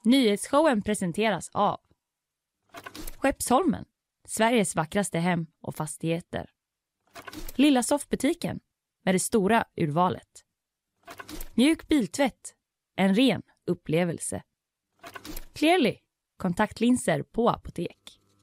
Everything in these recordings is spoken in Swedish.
Nyhetsshowen presenteras av Skeppsholmen, Sveriges vackraste hem och fastigheter. Lilla soffbutiken med det stora urvalet. Mjuk biltvätt, en ren upplevelse. Clearly, kontaktlinser på apotek.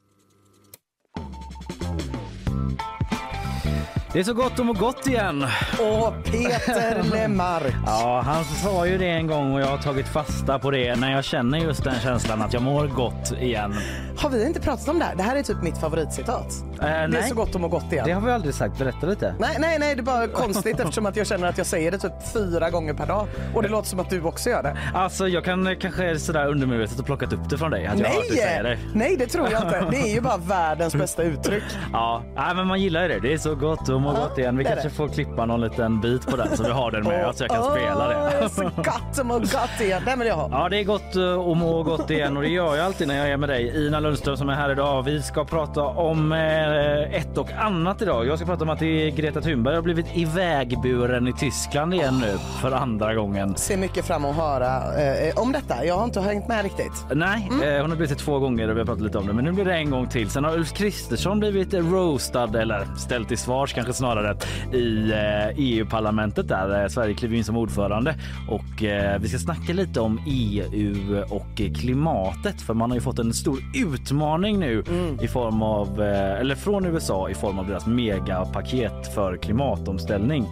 Det är så gott om och gott igen. Och Peter Lemark. Ja, han sa ju det en gång och jag har tagit fasta på det när jag känner just den känslan att jag mår gott igen. Har vi inte pratat om det här? Det här är typ mitt favoritcitat. Det är så gott om och gott igen. Det har vi aldrig sagt. Berätta lite. Nej, det är bara konstigt eftersom att jag känner att jag säger det typ 4 gånger per dag. Och det låter som att du också gör det. Alltså jag kan kanske sådär undermedvetet och plockat upp det från dig. Att jag alltid säger det. Nej, det tror jag inte. Det är ju bara världens bästa uttryck. Ja, men man gillar det. Det är så gott om och gott igen. Vi kanske får klippa någon liten bit på den så vi har den med så jag kan spela det. Det är så gott om och gott igen. Det vill jag ha. Ja, det är gott om och gott igen och det gör jag alltid när jag är med dig. Ina Lundström som är här idag. Vi ska prata om ett och annat idag. Jag ska prata om att Greta Thunberg har blivit ivägburen i Tyskland igen nu för andra gången. Ser mycket fram att höra om detta. Jag har inte hängt med riktigt. Nej, hon har blivit det 2 gånger och vi har pratat lite om det. Men nu blir det en gång till. Sen har Ulf Kristersson blivit roastad eller ställt till svars kanske snarare i EU-parlamentet där Sverige kliver in som ordförande. Och vi ska snacka lite om EU och klimatet för man har ju fått en stor utmaning nu i form av, eller från USA i form av deras megapaket för klimatomställning.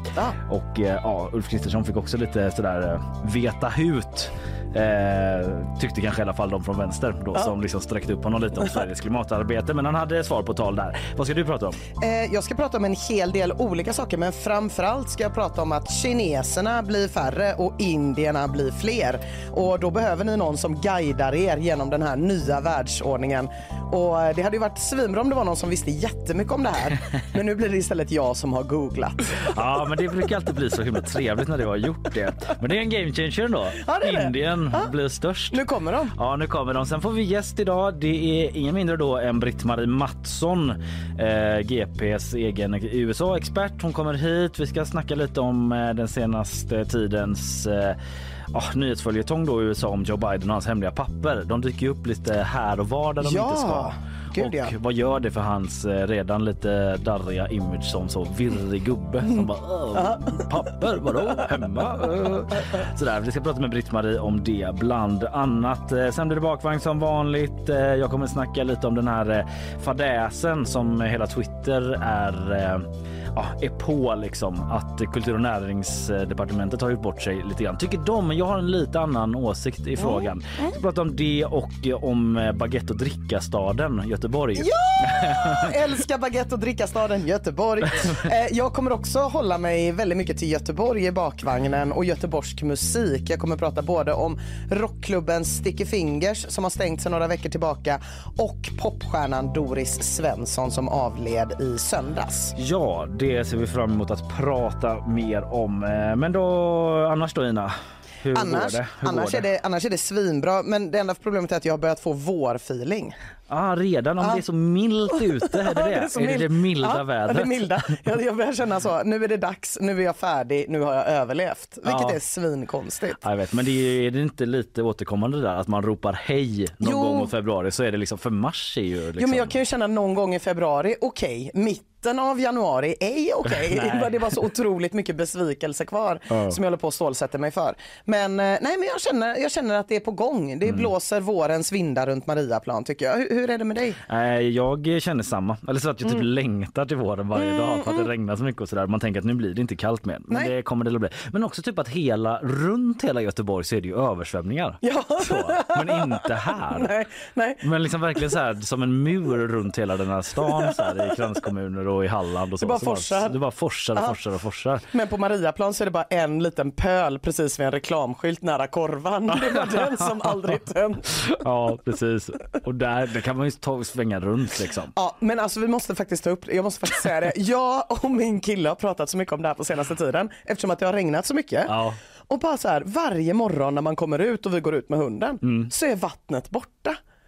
Och Ulf Kristersson fick också lite sådär veta hut. Tyckte kanske i alla fall de från vänster då, som liksom sträckte upp honom lite om Sveriges klimatarbete, men han hade svar på tal där. Vad ska du prata om? Jag ska prata om en hel del olika saker, men framförallt ska jag prata om att kineserna blir färre och indierna blir fler. Och då behöver ni någon som guidar er genom den här nya världsordningen. Och det hade ju varit svinbra om det var någon som visste jättemycket om det här. Men nu blir det istället jag som har googlat. Ja, men det brukar alltid bli så himla trevligt när du har gjort det. Men det är en game changer då. Ja, Indien blir störst. Nu kommer de. Ja, nu kommer de. Sen får vi gäst idag. Det är ingen mindre då än Britt-Marie Mattsson, GPs egen USA-expert. Hon kommer hit. Vi ska snacka lite om den senaste tidens nyhetsföljetong då i USA om Joe Biden och hans hemliga papper. De dyker upp lite här och var där de inte ska. Och vad gör det för hans redan lite darriga image som så virrig gubbe som bara papper, vadå? Hemma? Sådär, vi ska prata med Britt-Marie om det bland annat. Sen blir det bakvagn som vanligt. Jag kommer snacka lite om den här fadäsen som hela Twitter är på liksom, att kultur- och näringsdepartementet har gjort bort sig lite grann. Tycker de, men jag har en lite annan åsikt i frågan. Jag ska prata om det och om baguette- och drickastaden Göteborg. Ja! Älskar baguette- och drickastaden Göteborg. Jag kommer också hålla mig väldigt mycket till Göteborg i bakvagnen och göteborgsk musik. Jag kommer prata både om rockklubben Sticky Fingers som har stängt sedan några veckor tillbaka och popstjärnan Doris Svensson som avled i söndags. Ja, det ser vi fram emot att prata mer om. Men då, annars då Ina? Hur går det? Annars är det svinbra, men det enda problemet är att jag har börjat få vårfeeling. Redan om det är så milt ute, är det det milda vädret? Det milda. Jag börjar känna så, nu är det dags, nu är jag färdig, nu har jag överlevt. Vilket är svinkonstigt. Jag vet, men är det inte lite återkommande där att man ropar hej någon gång i februari så är det liksom, för mars är ju liksom... Jo, men jag kan ju känna någon gång i februari, mitten av januari är okej. Det var så otroligt mycket besvikelse kvar som jag håller på att stålsätta mig för. Men jag känner att det är på gång. Det blåser vårens vindar runt Mariaplan tycker jag. Hur är det med dig? Jag känner samma. Eller så att jag typ längtar till våren varje dag för att det regnar så mycket och sådär. Man tänker att nu blir det inte kallt mer. Men det kommer det att bli. Men också typ att runt hela Göteborg så är det ju översvämningar. Ja. Så, men inte här. Nej. Men liksom verkligen så här som en mur runt hela den här stan så här, i kranskommuner och i Halland och så. Det bara forsar. Men på Mariaplan så är det bara en liten pöl precis vid en reklamskylt nära korvan. Det var den som aldrig tömts. Ja, precis. Och där kan man ju ta och svänga runt liksom. Ja, men alltså vi måste faktiskt ta upp, jag måste faktiskt säga det. Jag och min kille har pratat så mycket om det här på senaste tiden eftersom att det har regnat så mycket. Ja. Och bara så här, varje morgon när man kommer ut och vi går ut med hunden så är vattnet borta.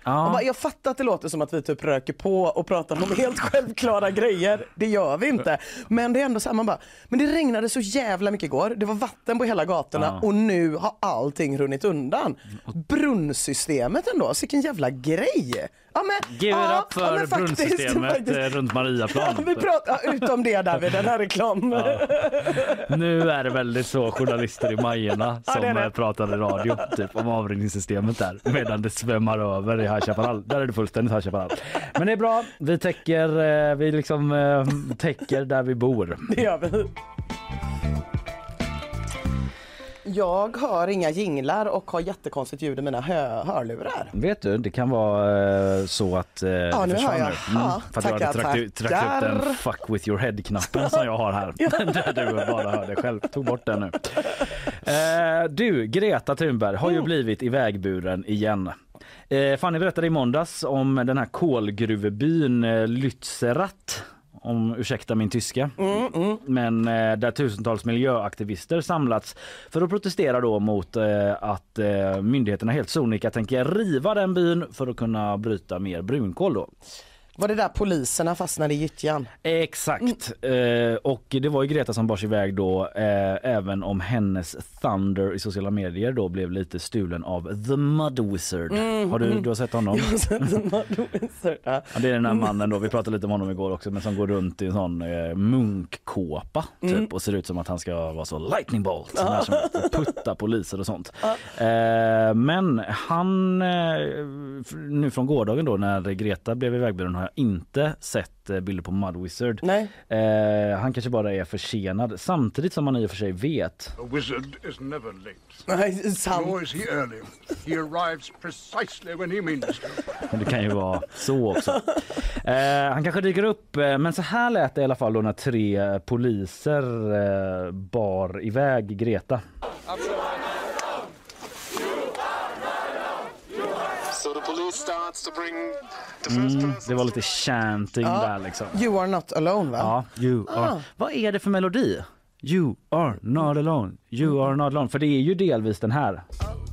Och bara, jag fattar att det låter som att vi typ röker på och pratar om helt självklara grejer. Det gör vi inte. Men det är ändå så här, man bara, men det regnade så jävla mycket igår. Det var vatten på hela gatorna och nu har allting runnit undan. Brunnsystemet ändå, så vilken jävla grej. Ja, men, Give it up för brunnsystemet runt Mariaplan. Vi pratar utom det där vid den här reklamen. Nu är det väldigt så journalister i Majerna som pratar i radio typ om avrinningssystemet där medan det svämmar över i High Chaparral. Där är det fullständigt High Chaparral. Men det är bra. Vi täcker där vi bor. Det gör vi. Jag har inga jinglar och har jättekonstigt ljud i mina hörlurar. Vet du, det kan vara så att det försvann nu. För att du hade tryckt upp den fuck with your head-knappen som jag har här. Där du bara hörde själv. Tog bort den nu. Du, Greta Thunberg har ju blivit ivägburen igen. Fanny berättade i måndags om den här kolgruvebyn Lützerath. Ursäkta min tyska. Men där tusentals miljöaktivister samlats för att protestera då mot att myndigheterna helt sonika tänker riva den byn för att kunna bryta mer brunkol då. Var det där poliserna fastnade i gyttjan? Exakt. Och det var ju Greta som bars iväg då, även om hennes thunder i sociala medier då blev lite stulen av The Mud Wizard. Du har sett honom? Jag har sett The Mud Wizard. Ja, det är den här mannen då, vi pratade lite om honom igår också, men som går runt i en sån munkkåpa typ, och ser ut som att han ska vara så lightning bolt, som putta poliser och sånt. Men han nu från gårdagen då när Greta blev ivägburen har jag inte sett bilder på Mud Wizard. Nej. Han kanske bara är försenad. Samtidigt som man i och för sig vet. A wizard is never late. Nej, sant. Nor is he early. He arrives precisely when he means to. Det kan ju vara så också. Han kanske dyker upp, men så här lät det i alla fall då när 3 poliser bar iväg Greta. So the police starts to bring det var lite chanting där liksom. You are not alone, va? Ja, you are. Vad är det för melodi? You are not alone. You are not alone. För det är ju delvis den här.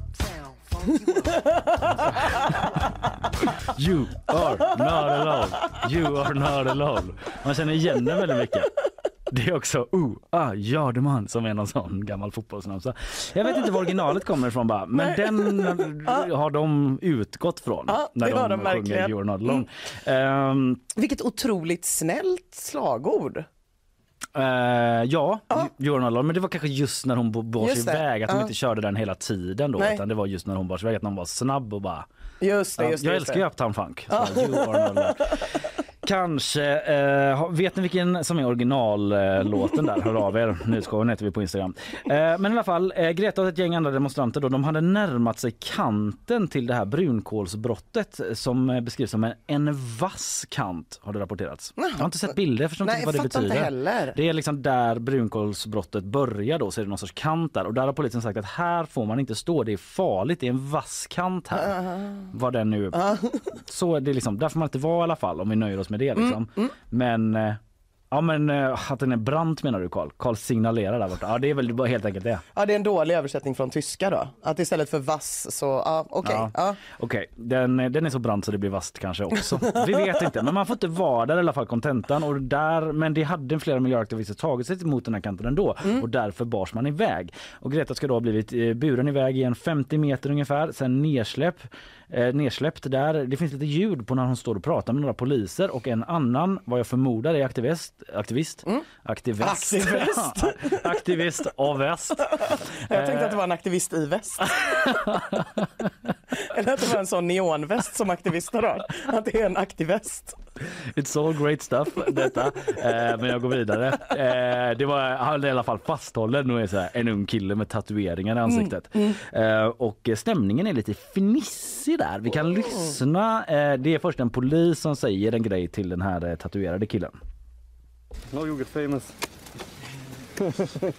You are not alone. You are not alone. Man känner igen den väldigt mycket. Det är också Jardeman som är någon sån gammal fotbollsnamn. Jag vet inte var originalet kommer ifrån bara, men den har de utgått från när de sjunger You're Not Alone. Vilket otroligt snällt slagord. You're Not Alone, men det var kanske just när hon bars iväg att de inte körde den hela tiden då, utan det var just när hon bars iväg att de var snabb och bara jag älskar ju Uptown Funk. Så You Are Not Alone. Kanske, vet ni vilken som är originallåten där? Hör av er, nyhetsshowen heter vi på Instagram. Men i alla fall, Greta och ett gäng andra demonstranter då, de hade närmat sig kanten till det här brunkolsbrottet som beskrivs som en vass kant, har det rapporterats. Jag har inte sett bilder, jag förstår inte vad det betyder. Inte heller. Det är liksom där brunkolsbrottet börjar då, så är det någon sorts kant där. Och där har polisen sagt att här får man inte stå, det är farligt, det är en vass kant här. Vad den nu... Så det är liksom, där får man inte vara i alla fall om vi nöjer oss med det liksom. Men att den är brant menar du, Carl signalerar där borta. Ja, det är väl bara helt enkelt det. Ja, det är en dålig översättning från tyska då. Att istället för vass så okej. Den är så brant så det blir vast kanske också. Vi vet inte, men man får inte vara där i alla fall, kontentan. Och där, men det hade flera miljöaktivister tagit sig emot den här kanten ändå. Och därför bars man iväg. Och Greta ska då ha blivit buren iväg i en 50 meter ungefär, sen nedsläppt där. Det finns lite ljud på när hon står och pratar med några poliser och en annan, vad jag förmodar är aktivist av väst. Jag tänkte att det var en aktivist i väst. Eller att det var en sån neonväst som aktivister har. Att det är en aktivist. It's all great stuff detta. Men jag går vidare. Han är i alla fall fasthållen och är så här, en ung kille med tatueringar i ansiktet. Och stämningen är lite finissig där. Vi kan lyssna. Det är först en polis som säger en grej till den här tatuerade killen. No, you get famous. Can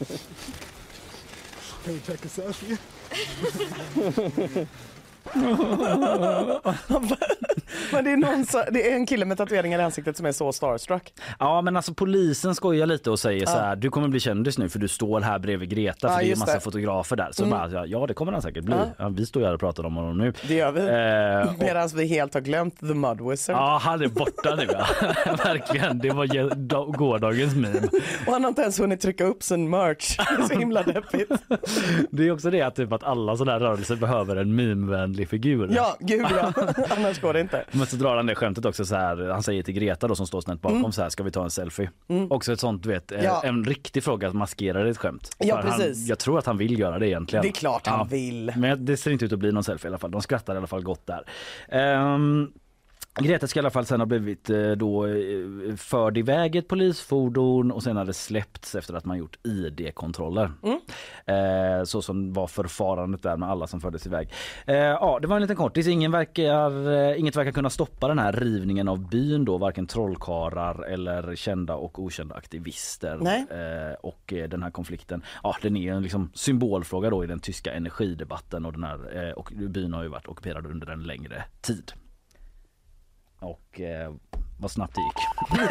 we take a selfie? Men det är en kille med tatueringar i ansiktet som är så starstruck. Ja, men alltså polisen skojar lite och säger så här: du kommer bli kändis nu för du står här bredvid Greta, för det är en massa fotografer där. Så bara, ja, det kommer han säkert bli. Ja, vi står här och pratar om honom nu. Det gör vi. Medan vi helt har glömt The Mud Wizard. Ja, han är borta nu. Ja. Verkligen, det var gårdagens meme. Och han har inte ens hunnit trycka upp sin merch. Det är så himla deppigt. Det är också det att, typ, att alla sådana här rörelser behöver en meme-vänlig figur. Ja, gud ja. Annars går det inte. Men så drar han det skämtet också så här. Han säger till Greta då, som står snett bakom så här: ska vi ta en selfie? Också ett sånt, du vet, en riktig fråga att maskera ett skämt. Ja, precis. Jag tror att han vill göra det egentligen. Det är klart han vill. Men det ser inte ut att bli någon selfie i alla fall. De skrattar i alla fall gott där. Greta ska i alla fall sen ha blivit då förd iväg ett polisfordon och sen hade släppts efter att man gjort ID-kontroller. Så som var förfarandet där med alla som fördes iväg. Ja, det var en liten kortis. Inget verkar kunna stoppa den här rivningen av byn då, varken trollkarlar eller kända och okända aktivister. Och den här konflikten, ja, den är en liksom symbolfråga då i den tyska energidebatten, och den här och byn har ju varit ockuperad under en längre tid. Och vad snabbt det gick.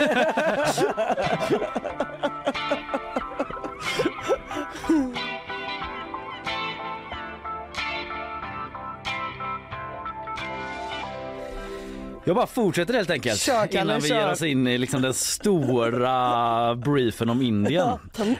Jag bara fortsätter helt enkelt innan vi ger oss in i liksom den stora briefen om Indien.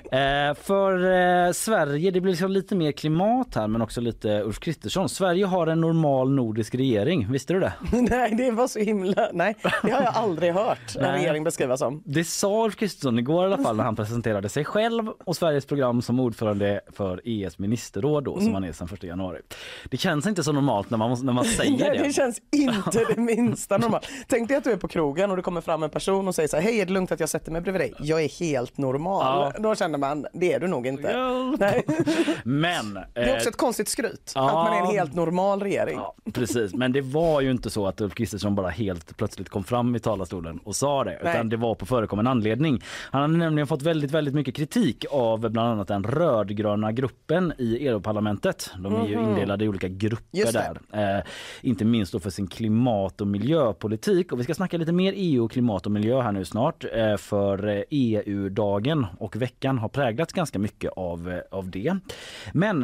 För Sverige, det blir liksom lite mer klimat här, men också lite Ulf Kristersson. Sverige har en normal nordisk regering, visste du det? Nej, det var så himla... Nej, det har jag aldrig hört en regering beskrivas som. Det sa Ulf Kristersson igår i alla fall när han presenterade sig själv och Sveriges program som ordförande för ES ministerråd då, som han är sedan 1 januari. Det känns inte så normalt när man säger det. Det känns inte det minsta normalt. Tänk dig att du är på krogen och det kommer fram en person och säger så här: hej, är det lugnt att jag sätter mig bredvid dig? Jag är helt normal. Då känner man, det är du nog inte. Nej. Men det är också ett konstigt skryt att man är en helt normal regering. Ja, precis, men det var ju inte så att Ulf Kristersson bara helt plötsligt kom fram i talarstolen och sa det, utan det var på förekommen anledning. Han hade nämligen fått väldigt, väldigt mycket kritik av bland annat den rödgröna gruppen i Europaparlamentet. De är ju indelade i olika grupper där. Inte minst då för sin klimat- och miljöpolitik. Och vi ska snacka lite mer EU, klimat och miljö här nu snart, för EU-dagen och veckan har präglats ganska mycket av det. Men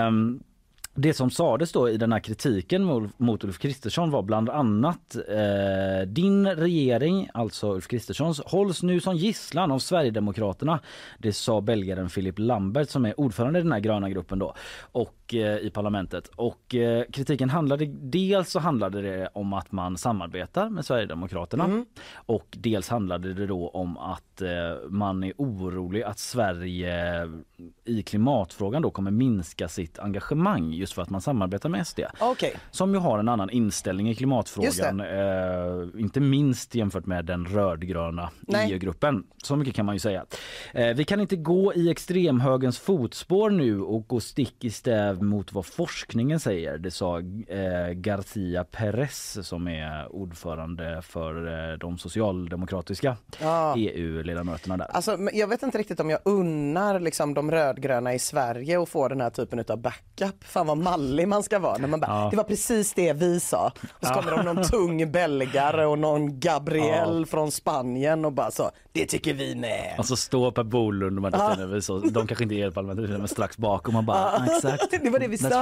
det som sades då i den här kritiken mot Ulf Kristersson var bland annat din regering, alltså Ulf Kristerssons, hålls nu som gisslan av Sverigedemokraterna. Det sa belgaren Philip Lambert som är ordförande i den här gröna gruppen då, och i parlamentet. Och kritiken handlade det om att man samarbetar med Sverigedemokraterna och dels handlade det då om att man är orolig att Sverige i klimatfrågan då kommer minska sitt engagemang just för att man samarbetar med SD. Som ju har en annan inställning i klimatfrågan, inte minst jämfört med den rödgröna EU-gruppen. Så mycket kan man ju säga. Vi kan inte gå i extremhögens fotspår nu och gå stick i stäv mot vad forskningen säger. Det sa Garcia Perez som är ordförande för de socialdemokratiska EU-ledamöterna där. Alltså, jag vet inte riktigt om jag unnar liksom de rödgröna i Sverige och få den här typen av backup. Fan vad mallig man ska vara när man bara, det var precis det vi sa. Och så kommer de någon tung belgare och någon Gabriel från Spanien och bara så, det tycker vi med. Och så står Per Bolund och man så, de kanske inte är i parlamentet men strax bakom man bara, exakt. Det var det vi sa.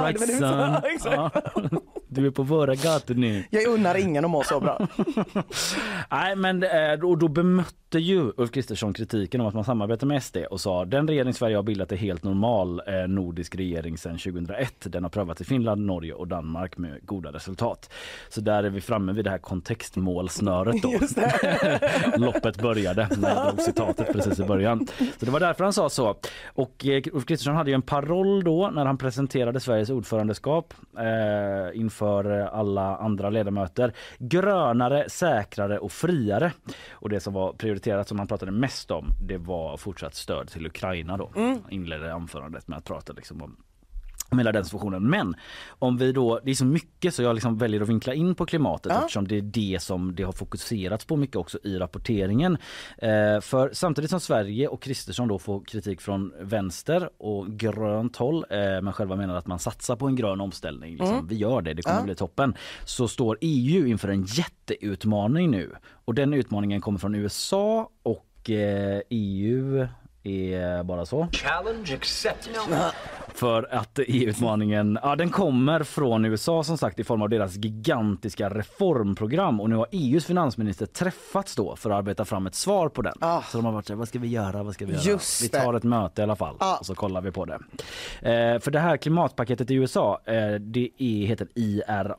Du är på våra gator nu. Jag unnar ingen att må så bra. Nej, men då bemötte ju Ulf Kristersson kritiken om att man samarbetar med SD och sa den regering Sverige har bildat är helt normal nordisk regering sedan 2001. Den har prövat i Finland, Norge och Danmark med goda resultat. Så där är vi framme vid det här kontextmålsnöret då. Just det. Loppet började när jag drog citatet precis i början. Så det var därför han sa så. Och Ulf Kristersson hade ju en paroll då när han presenterade Sveriges ordförandeskap inför alla andra ledamöter. Grönare, säkrare och friare. Och det som var prioriterat som han pratade mest om, det var fortsatt stöd till Ukraina då. Han inledde anförandet med att prata liksom om med hela den situationen. Men om vi då, det är så mycket så jag liksom väljer att vinkla in på klimatet eftersom det är det som det har fokuserats på mycket också i rapporteringen. För samtidigt som Sverige och Kristersson då får kritik från vänster och grönt håll, men själva menar att man satsar på en grön omställning. Liksom, vi gör det kommer bli toppen. Så står EU inför en jätteutmaning nu. Och den utmaningen kommer från USA och EU är bara så. Challenge accepted. För att EU-utmaningen, den kommer från USA som sagt i form av deras gigantiska reformprogram och nu har EUs finansminister träffats då för att arbeta fram ett svar på den. Så de har varit så här, vad ska vi göra? Vi tar ett möte i alla fall och så kollar vi på det. För det här klimatpaketet i USA, det heter IRA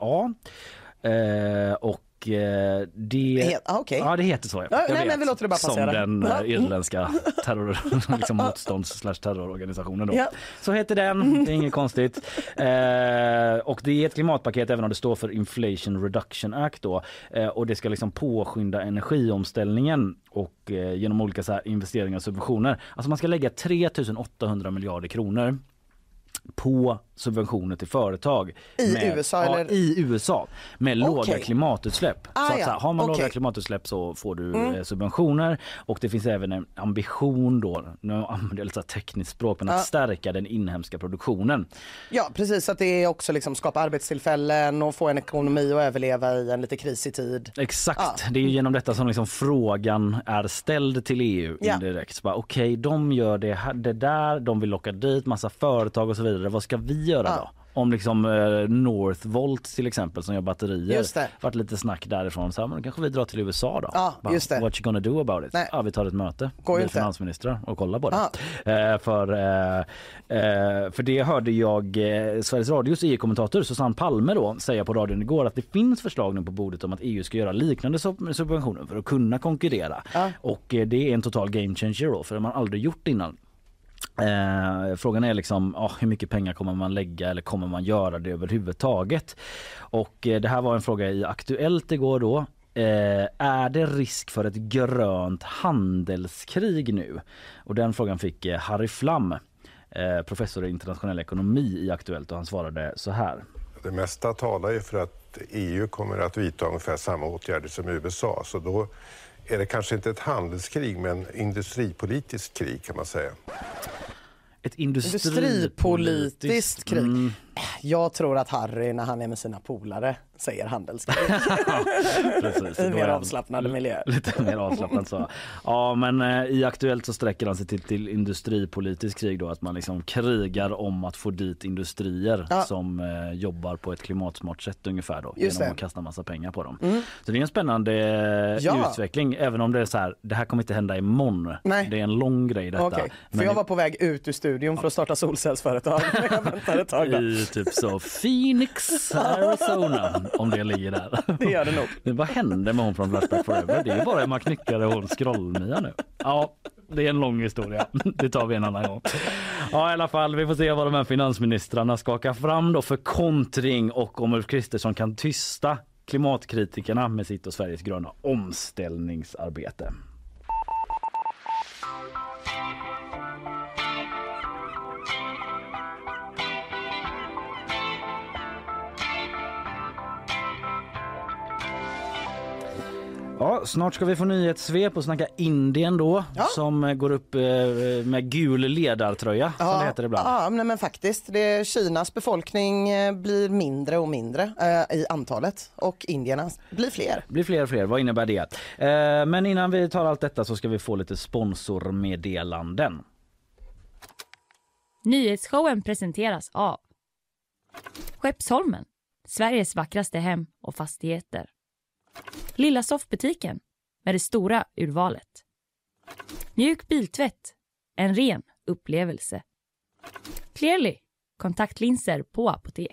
och det det heter så. Men vi låter det bara passera. Som den irländska motstånds/terrororganisationen då. Så heter den, det är inget konstigt. Och det är ett klimatpaket även om det står för Inflation Reduction Act då. Och det ska liksom påskynda energiomställningen och genom olika så här investeringar och subventioner. Alltså man ska lägga 3 800 miljarder kronor på subventioner till företag i USA med låga klimatutsläpp. Så har man låga klimatutsläpp så får du subventioner och det finns även en ambition då, nu använder jag lite tekniskt språk, men att stärka den inhemska produktionen. Ja, precis, att det också liksom skapar arbetstillfällen och få en ekonomi att överleva i en lite krisig tid. Exakt, det är ju genom detta som liksom frågan är ställd till EU indirekt. Okej, de gör det där, de vill locka dit massa företag och så vidare. Vad ska vi göra då? Om liksom Northvolt till exempel som gör batterier. Varit lite snack därifrån. Så här, men kanske vi drar till USA då. Just det. What you gonna do about it? Vi tar ett möte med finansministrar och kollar på det. För det hörde jag Sveriges Radios EU-kommentator Susanne Palme då säga på radion igår att det finns förslag nu på bordet om att EU ska göra liknande subventioner för att kunna konkurrera. Och det är en total game changer då, för det har man aldrig gjort innan. Frågan är liksom hur mycket pengar kommer man lägga eller kommer man göra det överhuvudtaget? Och det här var en fråga i Aktuellt igår då. Är det risk för ett grönt handelskrig nu? Och den frågan fick Harry Flam, professor i internationell ekonomi i Aktuellt, och han svarade så här. Det mesta talar ju för att EU kommer att vidta ungefär samma åtgärder som USA, så då är det kanske inte ett handelskrig men industripolitiskt krig kan man säga. Ett industripolitiskt krig. Jag tror att Harry när han är med sina polare säger handelskrig. Precis. I mer avslappnade miljö. Lite mer avslappnat så. Ja, men i Aktuellt så sträcker han sig till industripolitiskt krig då, att man liksom krigar om att få dit industrier som jobbar på ett klimatsmart sätt ungefär då, genom att kasta massa pengar på dem. Så det är en spännande utveckling, även om det är så här, det här kommer inte hända imorgon. Nej. Det är en lång grej detta. För men jag var på väg ut ur studion för att starta solcellsföretag. Jag väntade ett tag då. I typ så Phoenix, Arizona, om det ligger där. Det gör det nog. Vad hände med hon från Flashback Forever? Det är bara Emma Knyckare och hon Scrollmia nu. Ja, det är en lång historia. Det tar vi en annan gång. Ja, i alla fall, vi får se vad de här finansministrarna skakar fram då för kontring och om Ulf Kristersson kan tysta klimatkritikerna med sitt och Sveriges gröna omställningsarbete. Ja, snart ska vi få nyhetssvep och snacka Indien då, som går upp med gul ledartröja, som det heter ibland. Ja, men faktiskt. Kinas befolkning blir mindre och mindre i antalet och indiernas blir fler. Blir fler och fler, vad innebär det? Men innan vi tar allt detta så ska vi få lite sponsormeddelanden. Nyhetsshowen presenteras av Skeppsholmen, Sveriges vackraste hem och fastigheter. Lilla soffbutiken med det stora urvalet. Mjuk biltvätt, en ren upplevelse. Clearly, kontaktlinser på apotek.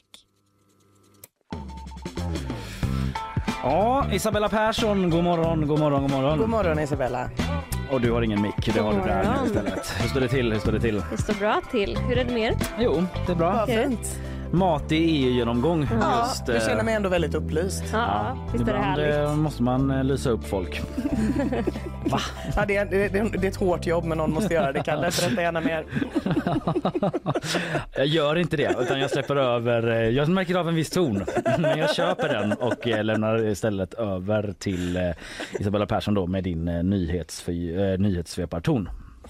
Ja, Isabella Persson, god morgon. God morgon Isabella. Och du har ingen mick, det har du där istället. Hur står det till? Det står bra till. Hur är det med er? Jo, det är bra. Fint. mat i EU-genomgång. Ja, du känner mig ändå väldigt upplyst. Ja, visst är det ibland härligt. måste man lysa upp folk. Va? Ja, det är ett hårt jobb, men någon måste göra det. Kalle, berätta gärna mer. Jag gör inte det, utan jag släpper över. Jag märker av en viss ton, men jag köper den och lämnar istället över till Isabella Persson då med din nyhetssveparton.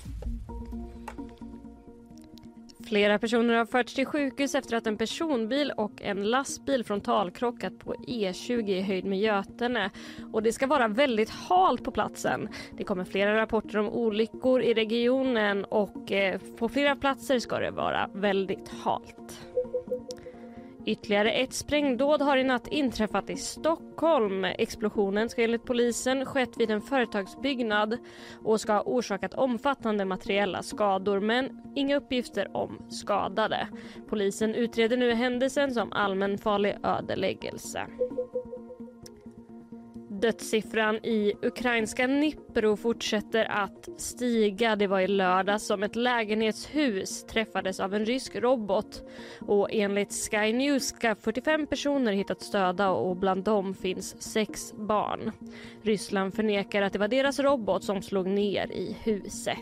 Flera personer har förts till sjukhus efter att en personbil och en lastbil frontalkrockat på E20 i höjd med Götene. Och det ska vara väldigt halt på platsen. Det kommer flera rapporter om olyckor i regionen och på flera platser ska det vara väldigt halt. Ytterligare ett sprängdåd har i natt inträffat i Stockholm. Explosionen ska enligt polisen skett vid en företagsbyggnad och ska ha orsakat omfattande materiella skador, men inga uppgifter om skadade. Polisen utreder nu händelsen som allmänfarlig ödeläggelse. Dödssiffran i ukrainska Dnipro fortsätter att stiga. Det var i lördag som ett lägenhetshus träffades av en rysk robot. Och enligt Sky News ska 45 personer hittats döda och bland dem finns 6 barn. Ryssland förnekar att det var deras robot som slog ner i huset.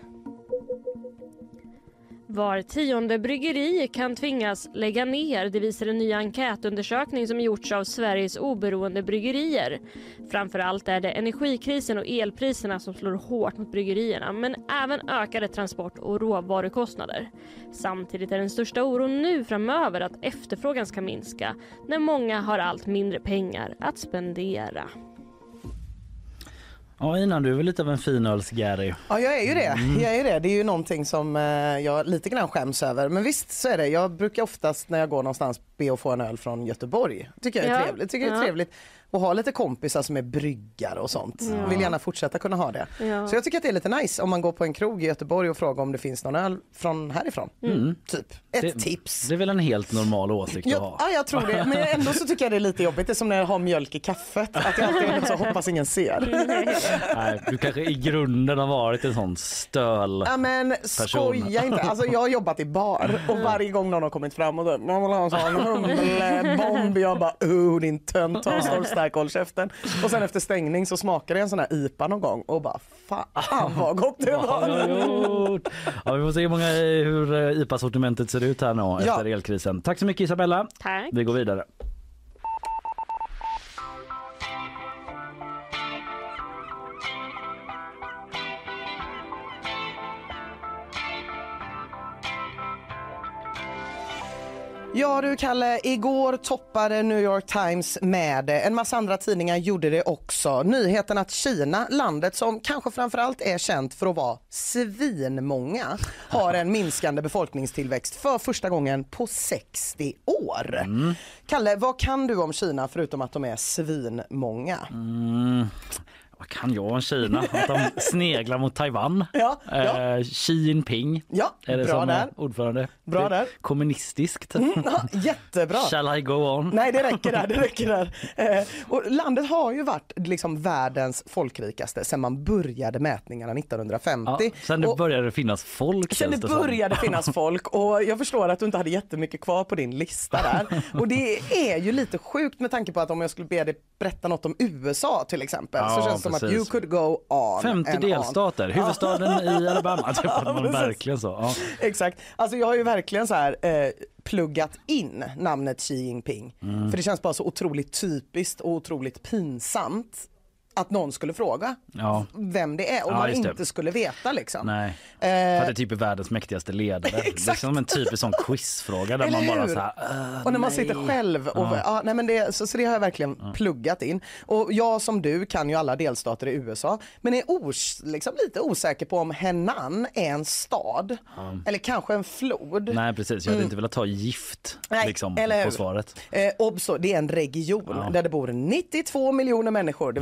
Var 10:e bryggeri kan tvingas lägga ner, det visar en ny enkätundersökning som gjorts av Sveriges oberoende bryggerier. Framförallt är det energikrisen och elpriserna som slår hårt mot bryggerierna, men även ökade transport- och råvarukostnader. Samtidigt är den största oron nu framöver att efterfrågan ska minska när många har allt mindre pengar att spendera. Ja, Ina, du är väl lite av en finölsgäri. Ja, jag är ju det. Jag är det. Det är ju någonting som jag lite grann skäms över. Men visst så är det. Jag brukar oftast när jag går någonstans be att få en öl från Göteborg. Tycker jag är trevligt. Tycker det är trevligt att ha lite kompisar som är bryggar och sånt. Jag vill gärna fortsätta kunna ha det. Ja. Så jag tycker att det är lite nice om man går på en krog i Göteborg och frågar om det finns någon öl från härifrån. Typ. Ett tips. Det är väl en helt normal åsikt att ha. Ja, jag tror det. Men ändå så tycker jag det är lite jobbigt. Det är som när jag har mjölk i kaffet. Att jag alltid är lite så hoppas ingen ser. Nej, du kanske i grunden har varit en sån stöl. Ja, men skoja inte. Alltså jag har jobbat i bar och varje gång någon har kommit fram och då, man vill ha en sån humlebomb. Jag bara, din tönt, ta stor stark, håll käften. Och sen efter stängning så smakade jag en sån här IPA någon gång och bara, fan vad gott det var. Ja, vi får se hur IPA-sortimentet ser ut här nu efter elkrisen. Tack så mycket, Isabella. Tack. Vi går vidare. Ja du Kalle, igår toppade New York Times med det. En massa andra tidningar gjorde det också. Nyheten att Kina, landet som kanske framförallt är känt för att vara svinmånga, har en minskande befolkningstillväxt för första gången på 60 år. Kalle, vad kan du om Kina förutom att de är svinmånga? Vad kan jag om Kina? Att de sneglar mot Taiwan. Xi Jinping. Ja, är det bra som där. Ordförande. Bra där. Kommunistiskt. Jättebra. Shall I go on? Nej, det räcker där. Och landet har ju varit liksom världens folkrikaste sedan man började mätningarna 1950. Ja, sen det började finnas folk. Sen det började finnas folk och jag förstår att du inte hade jättemycket kvar på din lista där. Och det är ju lite sjukt med tanke på att om jag skulle be dig berätta något om USA till exempel, så känns det som att you could go on. 50 delstater, huvudstaden i Alabama. Typ att man verkligen så. Ja. Exakt. Alltså jag har ju verkligen så här pluggat in namnet Xi Jinping. För det känns bara så otroligt typiskt och otroligt pinsamt att någon skulle fråga vem det är och man inte skulle veta liksom. Nej, för att det är typ världens mäktigaste ledare. Det är som en typisk sån quizfråga där man bara så här, och när man sitter själv och nej men det, så det har jag verkligen pluggat in. Och jag som du kan ju alla delstater i USA, men är liksom lite osäker på om Henan är en stad eller kanske en flod. Nej precis, jag hade inte velat ta gift liksom, på svaret. Det är en region där det bor 92 miljoner människor, det vill säga fler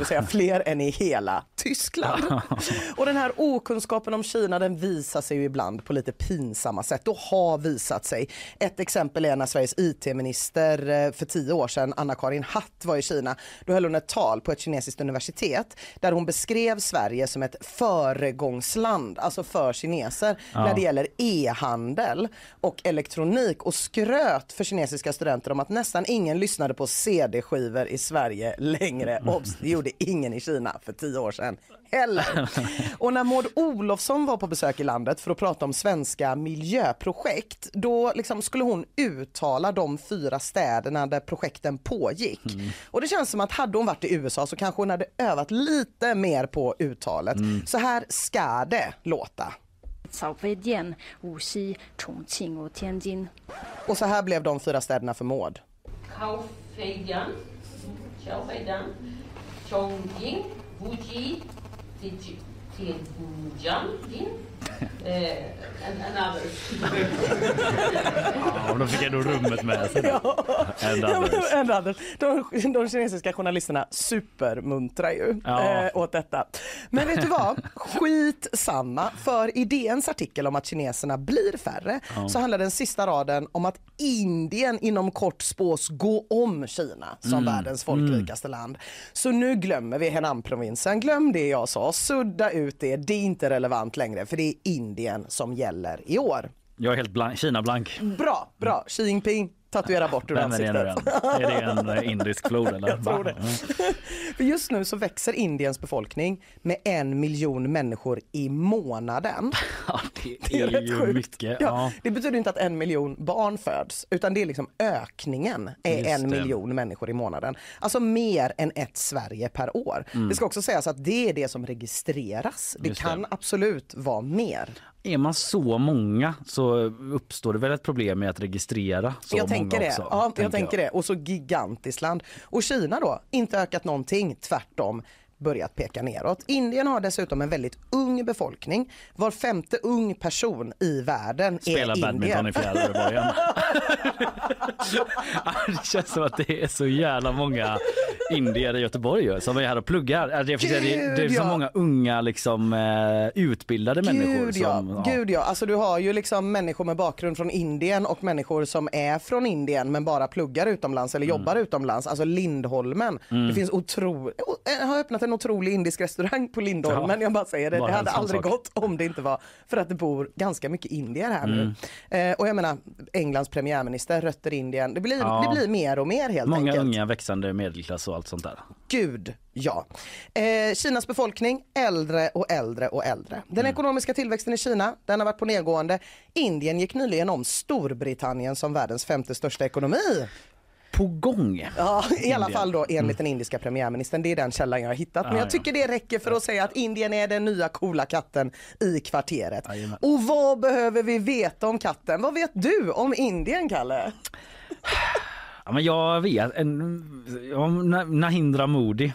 Fler än i hela Tyskland. Och den här okunskapen om Kina, den visar sig ju ibland på lite pinsamma sätt och har visat sig. Ett exempel är när Sveriges IT-minister för 10 år sedan, Anna-Karin Hatt, var i Kina. Då höll hon ett tal på ett kinesiskt universitet där hon beskrev Sverige som ett föregångsland, alltså för kineser, när det gäller e-handel och elektronik, och skröt för kinesiska studenter om att nästan ingen lyssnade på CD-skivor i Sverige längre. Obs, det gjorde ingen i Kina för 10 år sedan heller. Och när Maud Olofsson var på besök i landet för att prata om svenska miljöprojekt, då liksom skulle hon uttala de 4 städerna där projekten pågick. Och det känns som att hade hon varit i USA så kanske hon hade övat lite mer på uttalet. Så här ska det låta. Och så här blev de 4 städerna för Maud. Kaohsiung, Chongqing, Wuxi, Tianjin, and others. Ja, och då fick jag då rummet med sig. And others. De kinesiska journalisterna supermuntrar ju åt detta. Men vet du vad? Skit samma. För i DNs artikel om att kineserna blir färre så handlar den sista raden om att Indien inom kort spås gå om Kina som världens folkrikaste land. Så nu glömmer vi Henan-provinsen. Glöm det jag sa. Sudda ut det. Det är inte relevant längre för det är Indien som gäller i år. Jag är helt blank, Kina-blank. Bra. Xi Jinping, tatuera bort ur ansiktet. Är det en indisk flod eller? Jag tror det. För just nu så växer Indiens befolkning med 1 miljon människor i månaden. Ja, det är ju sjukt. Mycket. Ja. Det betyder inte att 1 miljon barn föds, utan det är liksom ökningen är 1 miljon människor i månaden. Alltså mer än ett Sverige per år. Det ska också sägas att det är det som registreras. Det kan absolut vara mer. Är man så många så uppstår det väl ett problem med att registrera så jag tänker många det. också. Ja, jag tänker det. Och så gigantiskt land. Och Kina då, inte ökat någonting, tvärtom börjat peka neråt. Indien har dessutom en väldigt ung befolkning. Var 5:e ung person i världen spelar är badminton Indien. i Fjällöborgen. Det känns som att det är så jävla många indier i Göteborg som är här och pluggar. Det är så många unga liksom, utbildade människor. Gud ja. Alltså du har ju liksom människor med bakgrund från Indien och människor som är från Indien men bara pluggar utomlands eller jobbar utomlands. Alltså Lindholmen. Det finns jag har öppnat en otrolig indisk restaurang på Lindholmen. Jag bara säger det. Det hade aldrig gått om det inte var för att det bor ganska mycket indier här nu. Och jag menar, Englands premiärminister, rötter i Indien. Det blir mer och mer helt enkelt. Många unga växande medelklass och allt sånt där. Gud, ja. Kinas befolkning äldre och äldre och äldre. Den ekonomiska tillväxten i Kina, den har varit på nedgående. Indien gick nyligen om Storbritannien som världens 5:e största ekonomi. På gång. Ja, i alla fall då enligt den indiska premiärministern. Det är den källan jag har hittat. Men jag tycker det räcker för att säga att Indien är den nya coola katten i kvarteret. Och vad behöver vi veta om katten? Vad vet du om Indien, Kalle? Ja, men jag vet Narendra Modi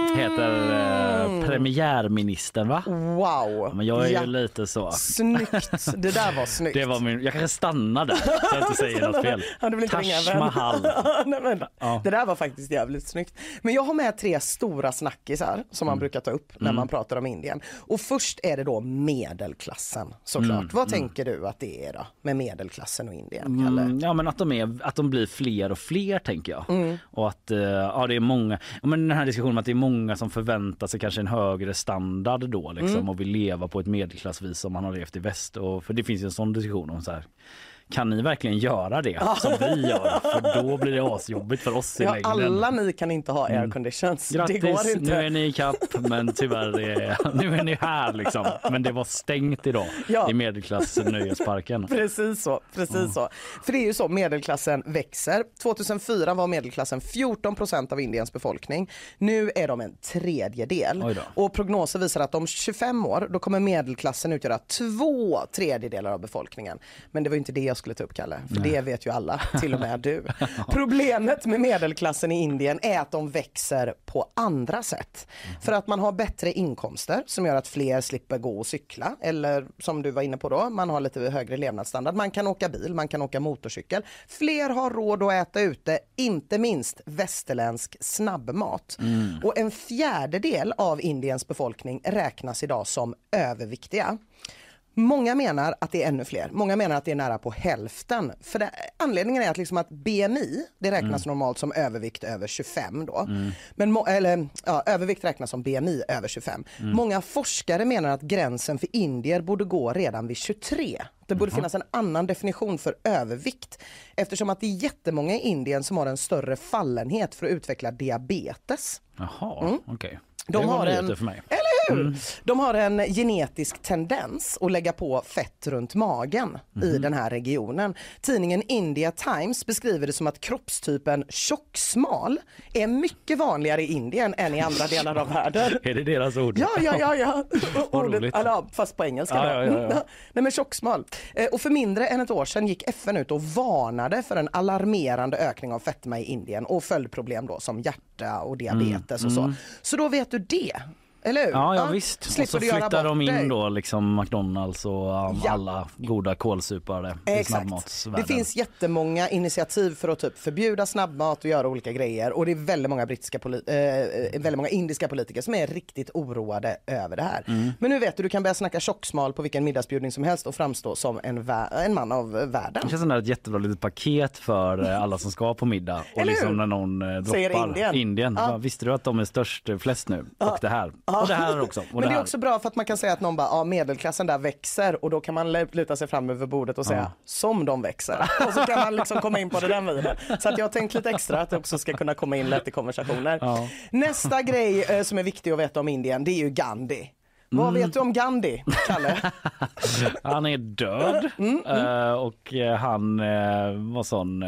heter premiärministern, va? Wow. Ja, men jag är ju lite så. Snyggt. Det där var snyggt. Det var jag kanske stannar där så jag inte säger något fel. Taj Mahal. Det där var faktiskt jävligt snyggt. Men jag har med 3 stora snackisar som man brukar ta upp när man pratar om Indien. Och först är det då medelklassen, såklart. Vad tänker du att det är då med medelklassen och Indien, Kalle? Ja, men att de blir fler och fler, tänker jag. Och att det är många, men den här diskussionen om att det är många som förväntar sig kanske en högre standard då liksom, och vill leva på ett medelklassvis som man har levt i väst, och för det finns ju en sån diskussion om så här, kan ni verkligen göra det som vi gör? För då blir det asjobbigt för oss i längden. Alla ni kan inte ha air conditions. Grattis, det går inte. Nu är ni i kapp, men tyvärr nu är ni här liksom. Men det var stängt idag i medelklassen nöjesparken. Precis så. För det är ju så, medelklassen växer. 2004 var medelklassen 14% av Indiens befolkning. Nu är de en tredjedel. Och prognoser visar att om 25 år då kommer medelklassen utgöra 2/3 av befolkningen. Men det var inte det jag skulle ta upp, Kalle. För det vet ju alla, till och med du. Problemet med medelklassen i Indien är att de växer på andra sätt. För att man har bättre inkomster som gör att fler slipper gå och cykla. Eller som du var inne på då, man har lite högre levnadsstandard. Man kan åka bil, man kan åka motorcykel. Fler har råd att äta ute, inte minst västerländsk snabbmat. Och en fjärdedel av Indiens befolkning räknas idag som överviktiga. Många menar att det är ännu fler. Många menar att det är nära på hälften. För anledningen är att, liksom att BMI, det räknas normalt som övervikt över 25 då. Men övervikt räknas som BMI över 25. Många forskare menar att gränsen för indier borde gå redan vid 23. Det borde finnas en annan definition för övervikt, eftersom att det är jättemånga i Indien som har en större fallenhet för att utveckla diabetes. Jaha, okej. De har en för mig. Eller hur? De har en genetisk tendens att lägga på fett runt magen i den här regionen. Tidningen India Times beskriver det som att kroppstypen tjocksmal är mycket vanligare i Indien än i andra delar av världen. Är det deras ord? Ja. Ordet, fast på engelska. Ja. Nej, men tjocksmal. Och för mindre än ett år sedan gick FN ut och varnade för en alarmerande ökning av fetma i Indien och följdproblem då som hjärta och diabetes och så. Så då vet du det. Eller hur? Ja, visst. Och så flyttar de in dig. Då liksom McDonalds och alla goda kolsupare i snabbmatsvärlden. Det finns jättemånga initiativ för att typ förbjuda snabbmat och göra olika grejer. Och det är väldigt många väldigt många indiska politiker som är riktigt oroade över det här. Men nu vet du kan börja snacka tjocksmal på vilken middagsbjudning som helst och framstå som en man av världen. Det känns som ett jättebra litet paket för alla som ska på middag. Och liksom när någon droppar Indien. Ja. Visste du att de är störst flest nu? Och det här. Och det här också. Men det är också bra för att man kan säga att någon bara, medelklassen där växer och då kan man luta sig fram över bordet och säga som de växer. Och så kan man liksom komma in på det den vidare. Så att jag har tänkt lite extra att det också ska kunna komma in lätt i konversationer. Ja. Nästa grej som är viktig att veta om Indien, det är ju Gandhi. Vad vet du om Gandhi, Kalle? Han är död och han var sån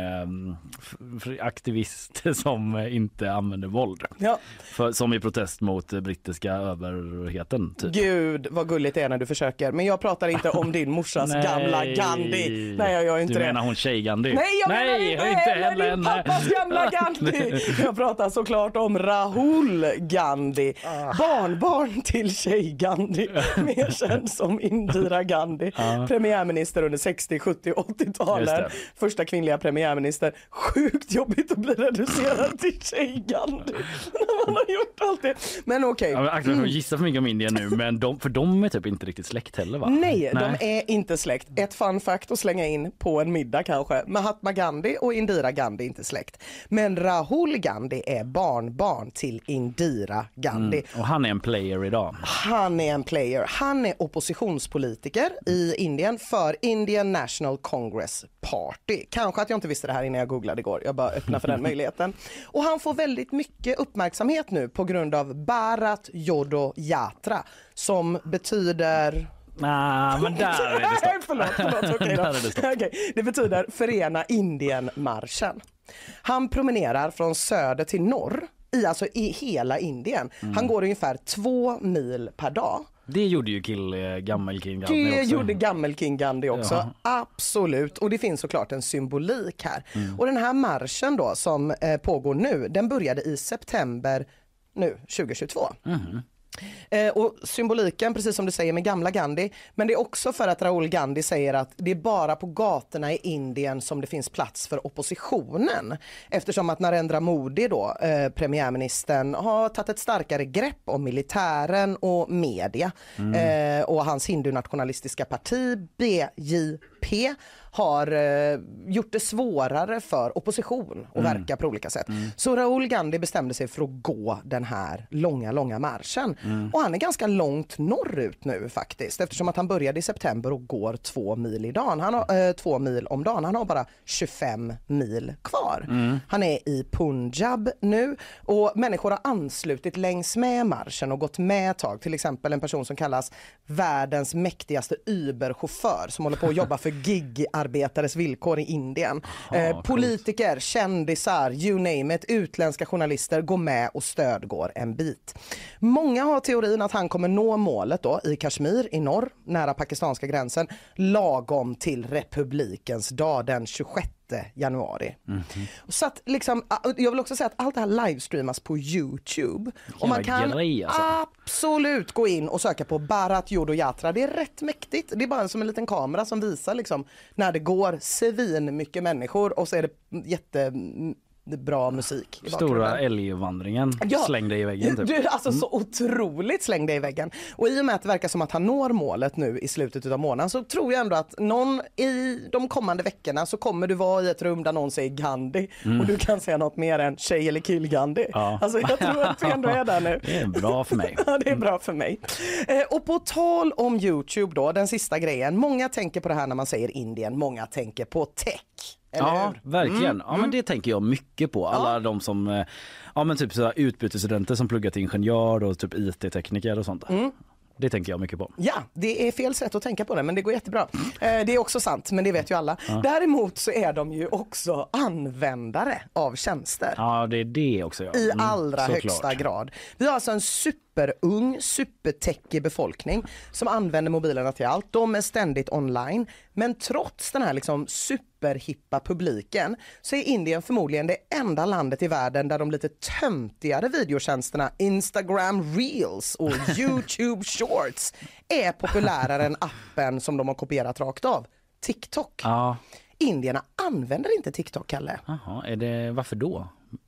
aktivist som inte använde våld. Ja. Som i protest mot brittiska överheten. Typ. Gud, vad gulligt det är när du försöker. Men jag pratar inte om din morsas gamla Gandhi. Nej, jag gör inte det. Du menar hon tjej-Gandhi? Nej, jag menar inte heller din pappas gamla Gandhi. Jag pratar såklart om Rahul Gandhi. Barnbarn till tjej-Gandhi. Mer känd som Indira Gandhi. Premiärminister under 60, 70, 80-talen. Första kvinnliga premiärminister. Sjukt jobbigt att bli reducerad till tjej-Gandhi. När man har gjort allt det. Men okej. Jag gissar för mycket om Indien nu, men de är typ inte riktigt släkt heller, va? Nej, de är inte släkt. Ett fun fact att slänga in på en middag kanske. Mahatma Gandhi och Indira Gandhi är inte släkt. Men Rahul Gandhi är barnbarn till Indira Gandhi. Och han är en player idag. Han är en player. Han är oppositionspolitiker i Indien för Indian National Congress Party. Kanske att jag inte visste det här innan jag googlade igår. Jag bara öppnar för den möjligheten. Och han får väldigt mycket uppmärksamhet nu på grund av Bharat Jodo Yatra som betyder... men där är det stopp. Förlåt. Okej då. Okay. Det betyder Förena Indien-marschen. Han promenerar från söder till norr i hela Indien. Han går ungefär 2 mil per dag. Det gjorde ju Gammel King Gandhi också. Det gjorde Gammel King Gandhi också. Jaha. Absolut. Och det finns såklart en symbolik här. Och den här marschen då som pågår nu, den började i september 2022. Och symboliken, precis som du säger med gamla Gandhi, men det är också för att Rahul Gandhi säger att det är bara på gatorna i Indien som det finns plats för oppositionen. Eftersom att Narendra Modi då, premiärministern, har tagit ett starkare grepp om militären och media. Och hans hindunationalistiska parti BJP har gjort det svårare för opposition att verka på olika sätt. Så Rahul Gandhi bestämde sig för att gå den här långa marschen. Och han är ganska långt norrut nu faktiskt, eftersom att han började i september och går 2 mil idag. Han har 2 mil om dagen. Han har bara 25 mil kvar. Han är i Punjab nu och människor har anslutit längs med marschen och gått med ett tag. Till exempel en person som kallas världens mäktigaste Uber-chaufför som håller på att jobba för gigarbetares villkor i Indien. Politiker, kändisar, you name it, utländska journalister går med och stödgår en bit. Många har teorin att han kommer nå målet då i Kashmir i norr, nära pakistanska gränsen, lagom till republikens dag den 26 januari. Så att liksom, jag vill också säga att allt det här livestreamas på YouTube. Och man kan absolut gå in och söka på Bharat Jodo Yatra. Det är rätt mäktigt. Det är bara som en liten kamera som visar liksom när det går svin mycket människor och så är det bra musik i Stora älgvandringen slängde i väggen typ. Du, alltså så otroligt slängde i väggen. Och i och med att det verkar som att han når målet nu i slutet av månaden, så tror jag ändå att någon i de kommande veckorna så kommer du vara i ett rum där någon säger Gandhi och du kan säga något mer än tjej eller kill Gandhi. Alltså jag tror att vi ändå är där nu. Det är bra för mig. Ja, det är bra för mig. Och på tal om YouTube då, den sista grejen. Många tänker på det här när man säger Indien, många tänker på tech. Ja, verkligen. Ja, men det tänker jag mycket på. Alla de som men typ så utbytesstudenter som pluggar till ingenjör och typ IT-tekniker och sånt. Det tänker jag mycket på. Ja, det är fel sätt att tänka på det, men det går jättebra. Det är också sant, men det vet ju alla. Däremot så är de ju också användare av tjänster. Ja, det är det också. I allra högsta grad. Vi har alltså en superung, supertechig befolkning som använder mobilerna till allt. De är ständigt online. Men trots den här liksom superhippa publiken så är Indien förmodligen det enda landet i världen där de lite töntigare videotjänsterna Instagram Reels och YouTube Shorts är populärare än appen som de har kopierat rakt av, TikTok. Ja. Indierna använder inte TikTok, Kalle. Jaha, varför då?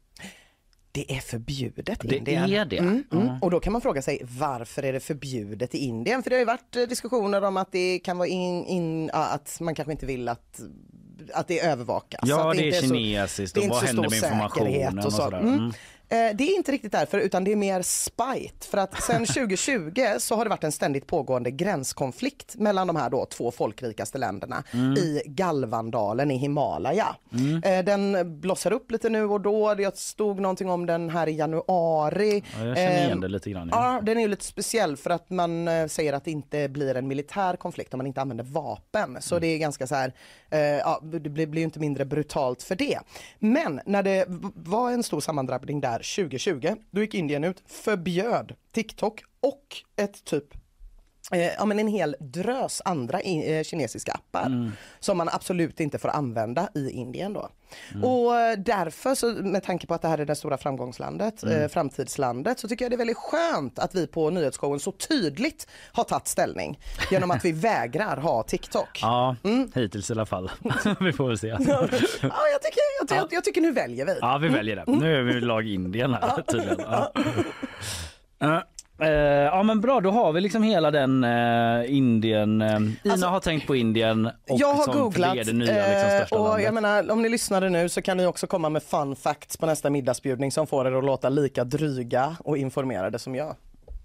Det är förbjudet i det Indien. Är det? Och då kan man fråga sig, varför är det förbjudet i Indien? För det har ju varit diskussioner om att det kan vara att man kanske inte vill att det övervakas. Ja, att det är kinesiskt. Och vad händer med informationen och sådär? Det är inte riktigt därför, utan det är mer spite. För att sen 2020 så har det varit en ständigt pågående gränskonflikt mellan de här då 2 folkrikaste länderna i Galvandalen i Himalaya. Den blossar upp lite nu och då. Det stod någonting om den här i januari. Ja, jag känner igen det lite grann. Ja, den är ju lite speciell för att man säger att det inte blir en militär konflikt om man inte använder vapen. Så det är ganska så här, det blir ju inte mindre brutalt för det. Men när det var en stor sammandrabbning där 2020, då gick Indien ut, förbjöd TikTok och ett typ en hel drös andra kinesiska appar som man absolut inte får använda i Indien då. Och därför, så med tanke på att det här är det stora framgångslandet, framtidslandet, så tycker jag det är väldigt skönt att vi på nyhetsshowen så tydligt har tagit ställning genom att vi vägrar ha TikTok. Ja, hittills i alla fall. Vi får väl se. Jag tycker nu väljer vi. Ja, vi väljer det. Nu är vi lag Indien här tydligen. Ja men bra, då har vi liksom hela den Indien. Ina har tänkt på Indien och jag har som googlat det nya liksom, största och landet. jag menar, om ni lyssnade nu så kan ni också komma med fun facts på nästa middagsbjudning som får er att låta lika dryga och informerade som jag.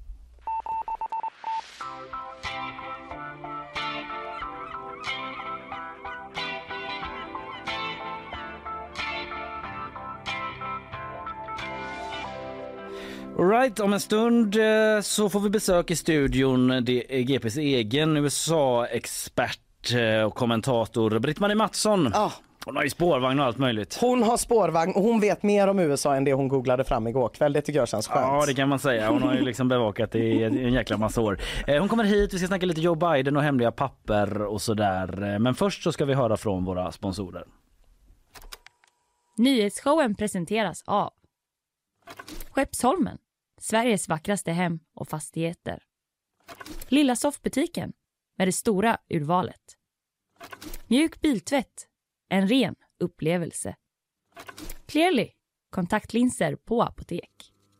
Right, om en stund så får vi besök i studion. Det är GPs egen USA-expert och kommentator Britt-Marie Mattsson. Hon har ju spårvagn och allt möjligt. Hon har spårvagn och hon vet mer om USA än det hon googlade fram igår kväll. Det tycker jag känns skönt. Ja, det kan man säga. Hon har ju liksom bevakat det i en jäkla massa år. Hon kommer hit, vi ska snacka lite Joe Biden och hemliga papper och sådär. Men först så ska vi höra från våra sponsorer. Nyhetsshowen presenteras av Skeppsholmen, Sveriges vackraste hem och fastigheter. Lilla soffbutiken med det stora urvalet. Mjuk biltvätt, en ren upplevelse. Clearly, kontaktlinser på apotek.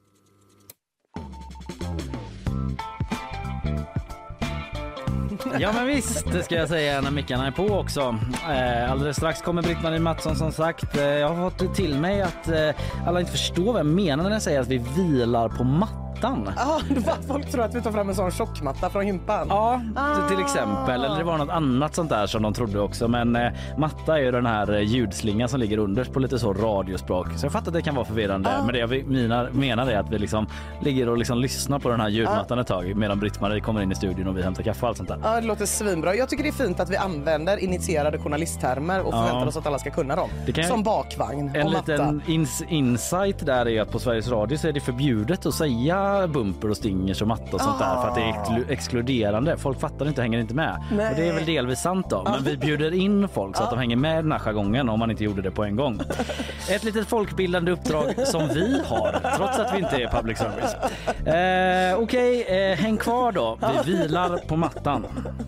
Ja men visst, det ska jag säga när mickarna är på också. Alldeles strax kommer Britt-Marie Mattsson som sagt. Jag har fått till mig att alla inte förstår vad jag menar när jag säger att vi vilar på mattan. mattan. Ja, det var att folk tror att vi tar fram en sån tjockmatta från gympan. Ja, till exempel. Eller det var något annat sånt där som de trodde också. Men matta är ju den här ljudslingan som ligger under på lite så radiospråk. Så jag fattar att det kan vara förvirrande. Men det jag menar är att vi liksom ligger och liksom lyssnar på den här ljudmattan ett tag medan Britt-Marie kommer in i studion och vi hämtar kaffe och allt sånt där. Ja, det låter svinbra. Jag tycker det är fint att vi använder initierade journalisttermer och förväntar oss att alla ska kunna dem. Som bakvagn en och matta. En liten insight där är att på Sveriges Radio så är det förbjudet att säga bumper och stingers och matta och sånt där för att det är exkluderande. Folk fattar inte, hänger inte med. Och det är väl delvis sant då. Men vi bjuder in folk så att de hänger med den här jargongen om man inte gjorde det på en gång. Ett litet folkbildande uppdrag som vi har, trots att vi inte är public service. Okej, häng kvar då. Vi vilar på mattan.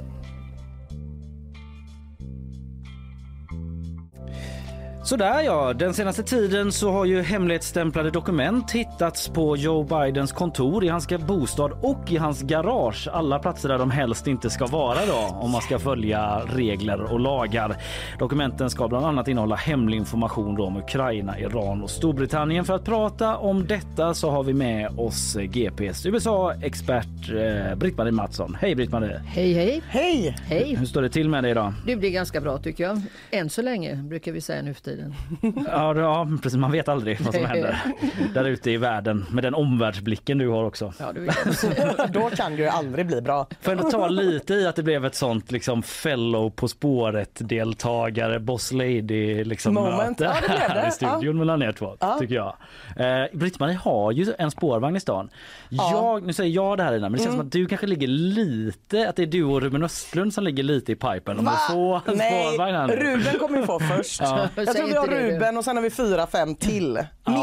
Sådär ja, den senaste tiden så har ju hemlighetsstämplade dokument hittats på Joe Bidens kontor, i hans bostad och i hans garage. Alla platser där de helst inte ska vara då, om man ska följa regler och lagar. Dokumenten ska bland annat innehålla hemlig information om Ukraina, Iran och Storbritannien. För att prata om detta så har vi med oss GPs USA-expert Britt-Marie Mattsson. Hej Britt-Marie! Hej hej! Hej! Hej! Hur står det till med dig idag? Det blir ganska bra tycker jag. Än så länge brukar vi säga nu för tiden. Ja, precis. Man vet aldrig vad som händer där ute i världen med den omvärldsblicken du har också. Ja, det Då kan det ju aldrig bli bra. För att ta lite i att det blev ett sånt liksom fellow på spåret-deltagare, boss lady liksom moment. Möte här i studion Ja. mellan er två, tycker jag. Britt-Marie har ju en spårvagn i stan. Nu säger jag det här innan, men det känns som att du kanske ligger lite, att det är du och Ruben Östlund som ligger lite i pipen om att få en spårvagn här nu. Ruben kommer ju få först. Jag tror vi har Ruben och sen har vi 4-5 till.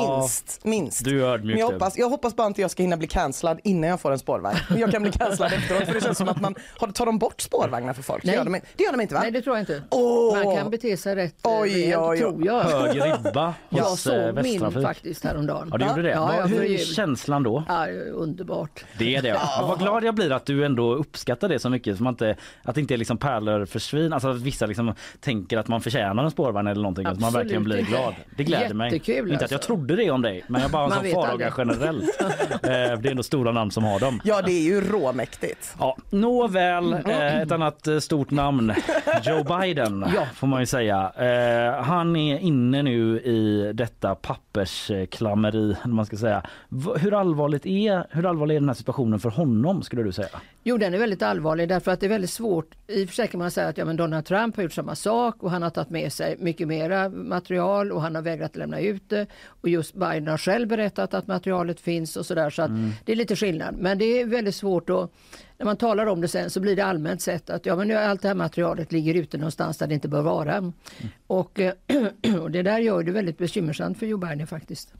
Minst. Du är ödmjuk. Jag hoppas bara inte jag ska hinna bli cancellad innan jag får en spårvagn. Jag kan bli cancellad efteråt, för det känns som att man tar de bort spårvagnar för folk. Det gör de inte va? Nej, det tror jag inte. Man kan bete sig rätt tror jag. Hög ribba jag hos såg Västtrafik. min faktiskt häromdagen. Ja, du gjorde det. Ja, Hur är känslan då? Ja, underbart. Det är det. Vad glad jag blir att du ändå uppskattar det så mycket, som att det inte är liksom pärlor försvin. Alltså att vissa liksom tänker att man förtjänar en spårvagn eller någonting. Att man verkligen blir glad. Det gläder mig. Jättekul, inte att jag trodde det om dig, men jag bara har en sån farhåga generellt. Det är ändå stora namn som har dem. Ja, det är ju råmäktigt. Ja, nåväl, ett annat stort namn. Joe Biden, får man ju säga. Han är inne nu i detta pappersklammeri, man ska säga. Hur allvarlig är den här situationen för honom, skulle du säga? Jo, den är väldigt allvarlig därför att det är väldigt svårt. I och för sig kan man säga att men Donald Trump har gjort samma sak och han har tagit med sig mycket mera material och han har vägrat lämna ut det. Och just Biden har själv berättat att materialet finns och sådär, så att det är lite skillnad. Men det är väldigt svårt att, när man talar om det sen så blir det allmänt sett att nu allt det här materialet ligger ute någonstans där det inte bör vara. Och det där gör det väldigt bekymmersamt för Joe Biden faktiskt.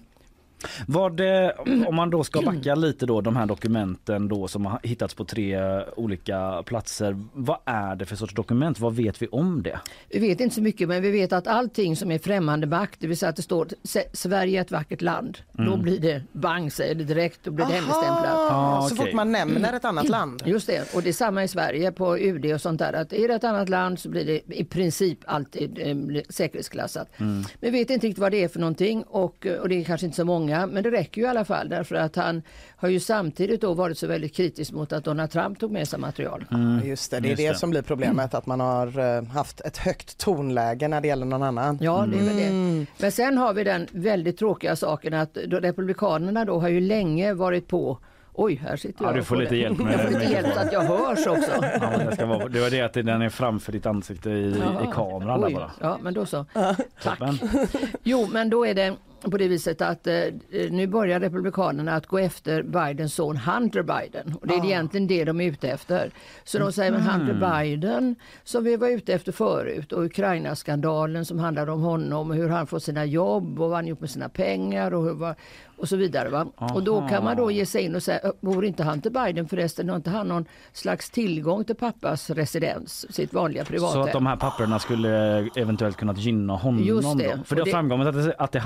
Om man då ska backa lite då, de här dokumenten då som har hittats på 3 olika platser, vad är det för sorts dokument? Vad vet vi om det? Vi vet inte så mycket, men vi vet att allting som är främmande makt, det vill säga att det står Sverige är ett vackert land, då blir det bang, säger det direkt, då blir det hemligstämplat. Så fort man nämner ett annat land. Just det, och det är samma i Sverige på UD och sånt där, att är det ett annat land så blir det i princip alltid säkerhetsklassat. Men vi vet inte riktigt vad det är för någonting och det är kanske inte så många. Men det räcker ju i alla fall, därför att han har ju samtidigt då varit så väldigt kritisk mot att Donald Trump tog med sig material. Just det är det som blir problemet, att man har haft ett högt tonläge när det gäller någon annan. Ja, det är väl det. Men sen har vi den väldigt tråkiga saken att republikanerna då har ju länge varit på. Oj, här sitter jag. Du får lite hjälp med. Jag får lite hjälp så att jag hörs också. Ja, det var det att den är framför ditt ansikte i kameran. Där bara. Ja, men då så. Tack. Jo, men då är det på det viset att nu börjar republikanerna att gå efter Bidens son Hunter Biden. Och det är egentligen det de är ute efter. Så de säger, men Hunter Biden som vi var ute efter förut, och Ukraina-skandalen som handlar om honom och hur han får sina jobb och vad han gjort med sina pengar och så vidare. Va? Och då kan man då ge sig in och säga, vore inte Hunter Biden förresten, har inte han någon slags tillgång till pappas residens, sitt vanliga privathem? Så att de här papperna skulle eventuellt kunna gynna honom. Just det. Då? För det har framgått att det handlar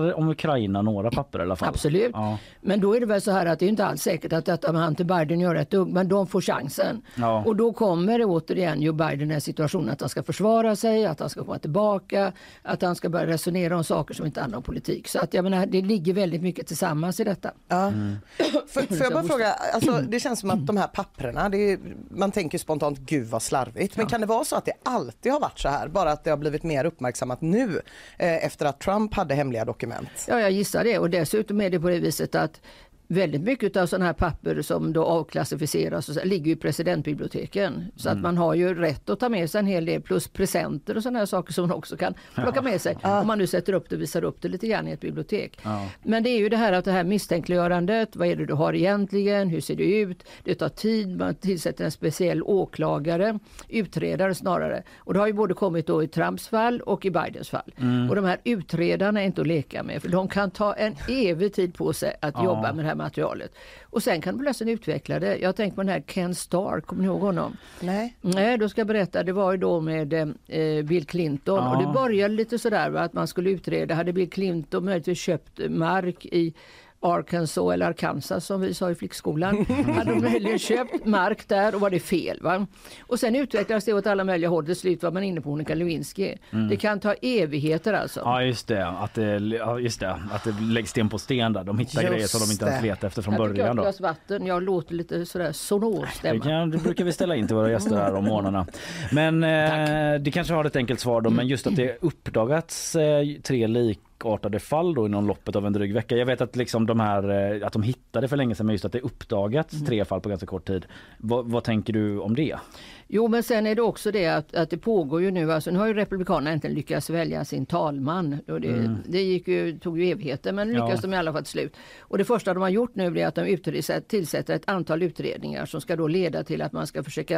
lämnar om Ukraina några papper i alla fall. Absolut. Ja. Men då är det väl så här att det är inte alls säkert att detta med Hunter Biden gör ett dugg, men de får chansen. Ja. Och då kommer det återigen Joe Biden i den här situationen att han ska försvara sig, att han ska komma tillbaka, att han ska börja resonera om saker som inte handlar om politik. Så att jag menar, det ligger väldigt mycket tillsammans i detta. Ja. Får jag bara fråga, alltså, det känns som att de här papperna, man tänker spontant, gud vad slarvigt. Men kan det vara så att det alltid har varit så här, bara att det har blivit mer uppmärksammat nu efter att Trump hade hemliga dokument? Ja, jag gissar det. Och dessutom är det på det viset att väldigt mycket av sådana här papper som då avklassificeras och så, ligger i presidentbiblioteken. Så att man har ju rätt att ta med sig en hel del plus presenter och sådana här saker som man också kan plocka med sig. Om man nu sätter upp det och visar upp det lite grann i ett bibliotek. Ja. Men det är ju det här att det här misstänkliggörandet, vad är det du har egentligen, hur ser det ut? Det tar tid, man tillsätter en speciell åklagare, utredare snarare. Och det har ju både kommit då i Trumps fall och i Bidens fall. Och de här utredarna är inte att leka med, för de kan ta en evig tid på sig att jobba med det här materialet. Och sen kan de plötsligt utveckla det. Jag tänker på den här Ken Starr, kommer ni ihåg honom? Nej, då ska jag berätta. Det var ju då med Bill Clinton. Och det började lite sådär att man skulle utreda. Hade Bill Clinton möjligtvis köpt mark i Arkansas eller Arkansas som vi sa i flickskolan. Hade de möjligen köpt mark där och var det fel, va? Och sen utvecklades det åt alla möjliga håll. Till slut var man inne på Monica Lewinsky. Det kan ta evigheter alltså. Ja, just det. Att det läggs sten på sten där. De hittar grejer som de inte ens vet efter från början. Jag glas vatten. Jag låter lite sådär sonor stämma. Det brukar vi ställa in till våra gäster här om morgnarna. Men det kanske har ett enkelt svar då. Men just att det uppdagats 3 likartade fall då inom loppet av en dryg vecka. Jag vet att liksom att de hittade för länge sedan, men just att det uppdagats 3 fall på ganska kort tid. Vad tänker du om det? Jo, men sen är det också det att det pågår ju nu, alltså nu har ju republikanerna inte lyckats välja sin talman. Och det tog ju evigheter, men lyckas de i alla fall till slut. Och det första de har gjort nu är att de tillsätter ett antal utredningar som ska då leda till att man ska försöka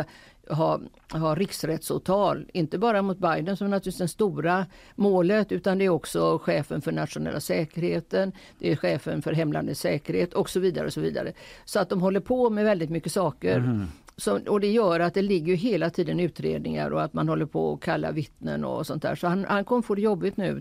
ha riksrättsåtal. Inte bara mot Biden som är naturligtvis det stora målet, utan det är också chefen för nationella säkerheten, det är chefen för hemlandets säkerhet och så vidare och så vidare. Så att de håller på med väldigt mycket saker. Och det gör att det ligger ju hela tiden utredningar och att man håller på att kalla vittnen och sånt där. Så han kommer få det jobbigt nu,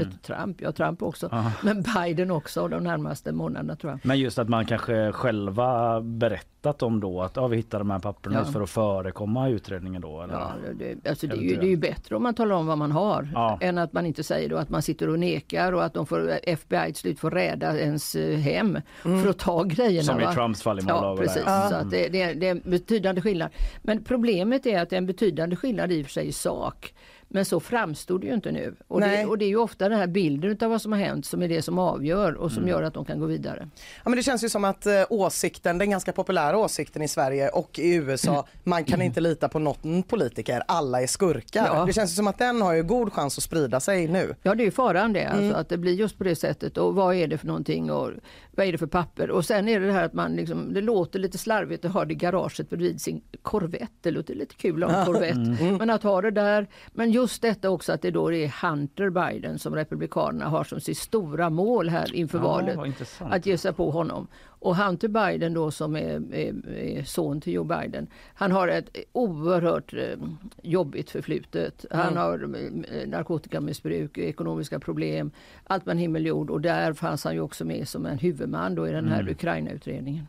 Trump också, men Biden också de närmaste månaderna tror jag. Men just att man kanske själva berättat om då att vi hittar de här papperna för att förekomma utredningen då? Eller? Ja, det är ju bättre om man talar om vad man har än att man inte säger då att man sitter och nekar och att de får FBI till slut får räda ens hem för att ta grejerna. Som i Trumps fall i Ja, precis. Så att det är en betydande skillnad. Men problemet är att det är en betydande skillnad i och för sig i sak. Men så framstod det ju inte nu. Och det är ju ofta den här bilden av vad som har hänt som är det som avgör och som gör att de kan gå vidare. Ja, men det känns ju som att den ganska populära åsikten i Sverige och i USA, man kan inte lita på någon politiker, alla är skurkar. Ja. Det känns ju som att den har ju god chans att sprida sig nu. Ja, det är ju faran det, alltså, att det blir just på det sättet. Och vad är det för någonting och vad är det för papper? Och sen är det här att man liksom, det låter lite slarvigt att ha det i garaget bredvid sin Corvette. Det låter lite kul om Corvette. Men att ha det där, men just detta också att det då är Hunter Biden som republikanerna har som sitt stora mål här inför valet. Att ge sig på honom. Och Hunter Biden då som är son till Joe Biden, han har ett oerhört jobbigt förflutet. Han har narkotikamissbruk, ekonomiska problem, allt man himmeljord, och där fanns han ju också med som en huvudman då i den här Ukraina-utredningen.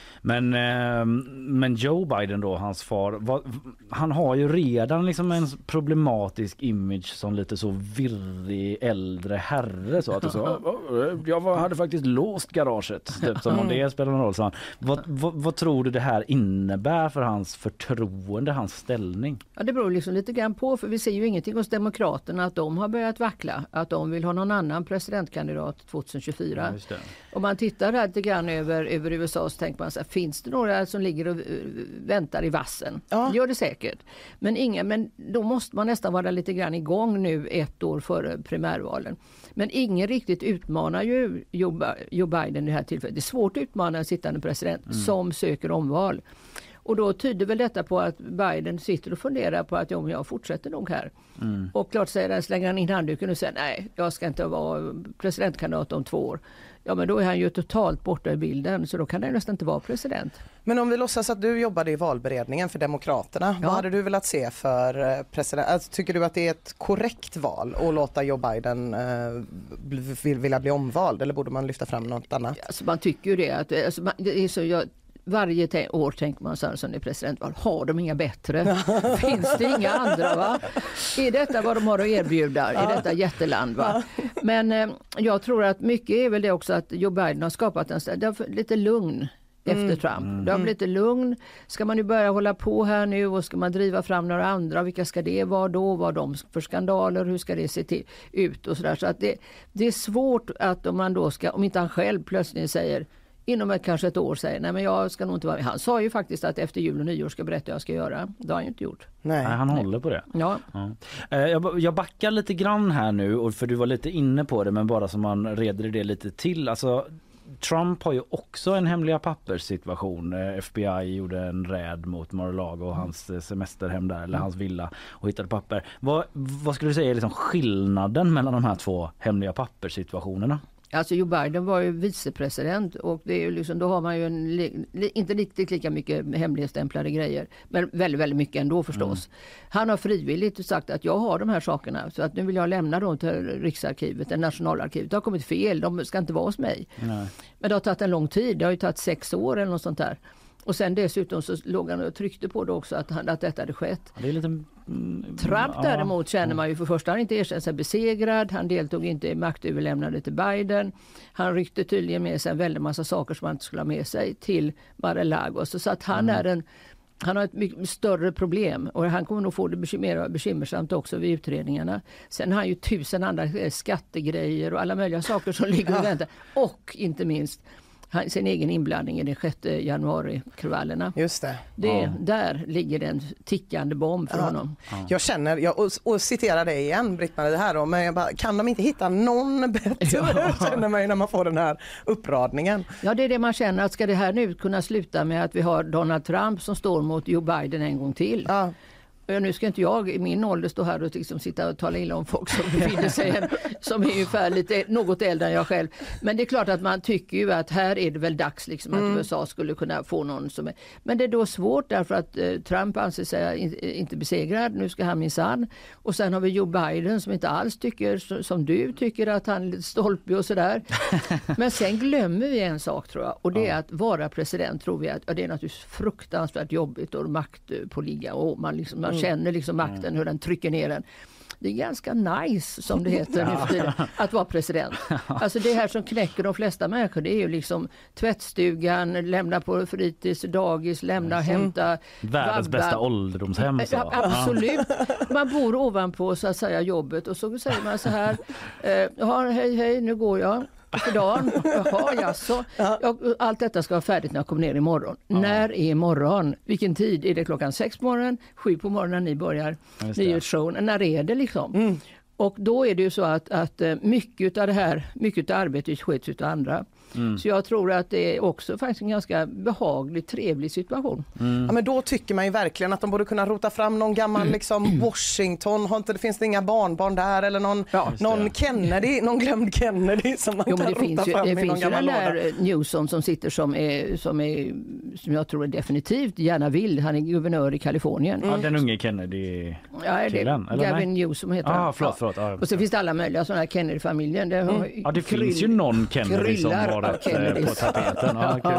Men Joe Biden då, hans far, han har ju redan liksom en problematisk image som lite så virrig äldre herre, så att det så, jag hade faktiskt låst garaget, typ, som om det spelar någon roll. Så han. Vad tror du det här innebär för hans förtroende, hans ställning? Ja, det beror liksom lite grann på, för vi ser ju ingenting hos demokraterna att de har börjat vackla, att de vill ha någon annan presidentkandidat 2024. Ja, om man tittar här lite grann över USA så tänker man så här, finns det några som ligger och väntar i vassen? Ja. Det gör det säkert. Men då måste man nästan vara lite grann igång nu 1 år före primärvalen. Men ingen riktigt utmanar ju Joe Biden i det här tillfället. Det är svårt att utmana en sittande president som söker omval. Och då tyder väl detta på att Biden sitter och funderar på att jag fortsätter nog här. Och klart slänger han in handduken och säger nej, jag ska inte vara presidentkandidat om 2 år. Ja, men då är han ju totalt borta i bilden, så då kan han nästan inte vara president. Men om vi låtsas att du jobbade i valberedningen för Demokraterna, vad hade du velat se för president? Alltså, tycker du att det är ett korrekt val att låta Joe Biden vilja bli omvald, eller borde man lyfta fram något annat? Alltså, man tycker ju det. Att, alltså, det är så, varje år tänker man så här, som det är presidentval, har de inga bättre? Finns det inga andra, va? Är detta vad de har att erbjuda? Är detta jätteland, va? Men jag tror att mycket är väl det också att Joe Biden har skapat lite lugn efter Trump. Det har blivit lite lugn. Ska man nu börja hålla på här nu och ska man driva fram några andra? Vilka ska det vara då? Vad de för skandaler? Hur ska det se ut? Och så där. Så att det är svårt att om man då ska, om inte han själv plötsligt säger inom kanske ett år säger, nej men jag ska nog inte vara med. Han sa ju faktiskt att efter jul och nyår ska berätta vad jag ska göra. Det har han ju inte gjort. Nej, han håller på det. Ja. Jag backar lite grann här nu, och för du var lite inne på det, men bara så man reder det lite till. Alltså, Trump har ju också en hemliga papperssituation. FBI gjorde en räd mot Mar-a-Lago och hans semesterhem där, eller hans villa, och hittade papper. Vad skulle du säga är liksom skillnaden mellan de här 2 hemliga papperssituationerna? Alltså Joe Biden var ju vicepresident, och det är ju liksom, då har man ju inte riktigt lika mycket hemligstämplade grejer, men väldigt, väldigt mycket ändå förstås. Han har frivilligt sagt att jag har de här sakerna, så att nu vill jag lämna dem till Riksarkivet, eller Nationalarkivet. Det har kommit fel, de ska inte vara hos mig. Nej. Men det har tagit en lång tid, det har ju tagit 6 år eller något sånt där. Och sen dessutom så låg han och tryckte på det också att detta hade skett. Det är lite, Trump däremot känner man ju för första, han inte erkänt sig besegrad. Han deltog inte i maktöverlämnandet till Biden. Han ryckte tydligen med sig en väldigt massa saker som han inte skulle ha med sig till Mar-a-Lago. Så att han han har ett mycket större problem, och han kommer nog få det bekymmersamt också vid utredningarna. Sen har han ju 1000 andra skattegrejer och alla möjliga saker som ligger och väntar. Och inte minst sin egen inblandning i den 6 januari-kravallerna. Just det. Där ligger den tickande bomb för honom. Jag känner, och citerar dig igen, Britt-Marie, här då, men jag bara, kan de inte hitta någon bättre? Känner mig när man får den här uppradningen. Ja, det är det man känner, att ska det här nu kunna sluta med att vi har Donald Trump som står mot Joe Biden en gång till. Ja. Nu ska inte jag i min ålder stå här och liksom sitta och tala illa om folk som befinner sig som är ungefär något äldre än jag själv. Men det är klart att man tycker ju att här är det väl dags liksom att USA skulle kunna få någon som är. Men det är då svårt därför att Trump anser sig inte besegrad. Nu ska han minsann. Och sen har vi Joe Biden som inte alls tycker som du tycker, att han är lite stolpig och sådär. Men sen glömmer vi en sak, tror jag. Och det är att vara president, tror vi att det är naturligtvis fruktansvärt jobbigt och makt på ligga, och man känner liksom makten, hur den trycker ner den. Det är ganska nice, som det heter nu för tiden, att vara president. Alltså det här som knäcker de flesta människor, det är ju liksom tvättstugan, lämna på fritids, dagis, lämna och hämta. Världens bästa ålderdomshem. Så. Absolut. Man bor ovanpå, så att säga, jobbet, och så säger man så här, hej, nu går jag. För dagen. Jaha, jaså. Allt detta ska vara färdigt när jag kommer ner imorgon. När är imorgon? Vilken tid? Är det 6 på morgonen? 7 på morgonen när ni börjar nyhetsshowen? När är det liksom? Och då är det ju så att mycket av arbetet sköts av andra. Så jag tror att det är också faktiskt en ganska behaglig, trevlig situation. Ja, men då tycker man ju verkligen att de borde kunna rota fram någon gammal liksom Washington. Finns det inga barnbarn där, eller någon Kennedy, någon glömd Kennedy som man kan rota fram. Det finns ju den där Newsom som sitter som jag tror definitivt gärna vill. Han är guvernör i Kalifornien. Ja, den unge Kennedy. Ja, det är Gavin Newsom heter han. Förlåt. Och så finns det alla möjliga sådana här Kennedy-familjen. Det finns ju någon Kennedy som var på tapeten.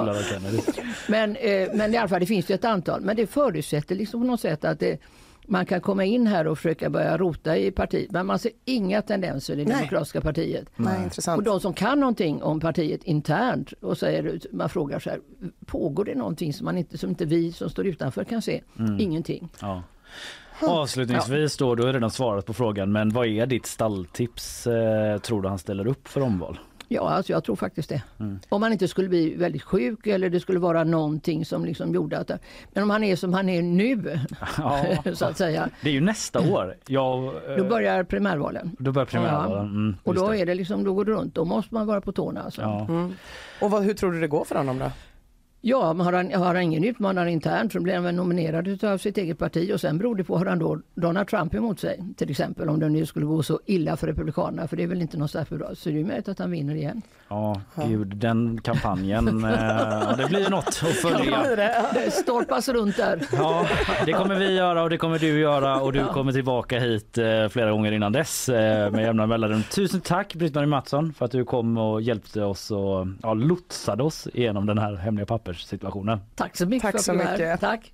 Men i alla fall, det finns ju ett antal. Men det förutsätter liksom på något sätt att man kan komma in här och försöka börja rota i partiet. Men man ser inga tendenser i det demokratiska partiet. Nej, intressant. Och de som kan någonting om partiet internt, och man frågar så här, pågår det någonting som inte vi som står utanför kan se? Ingenting. Ja. Avslutningsvis då är det redan svarat på frågan, men vad är ditt stalltips? Tror du han ställer upp för omval? Ja, alltså jag tror faktiskt det. Om han inte skulle bli väldigt sjuk, eller det skulle vara någonting som liksom gjorde att... Men om han är som han är nu, så att säga. Det är ju nästa år. Då börjar primärvalen. Och då är det liksom, då går det runt. Då måste man vara på tårna. Alltså. Och hur tror du det går för honom då? Ja, men har han ingen utmanare internt så blir han väl nominerad av sitt eget parti och sen beror det på har han då Donald Trump emot sig till exempel om det nu skulle gå så illa för Republikanerna för det är väl inte något särskilt bra så det är möjligt att han vinner igen. Ja, gud, den kampanjen det blir ju något att följa. Det stolpas runt där. Ja, det kommer vi göra och det kommer du göra och du kommer tillbaka hit flera gånger innan dess med jämna mellanrum. Tusen tack Britt-Marie Mattsson för att du kom och hjälpte oss och lotsade oss igenom den här hemliga papperssituationen. Tack så mycket. Tack så mycket. Tack.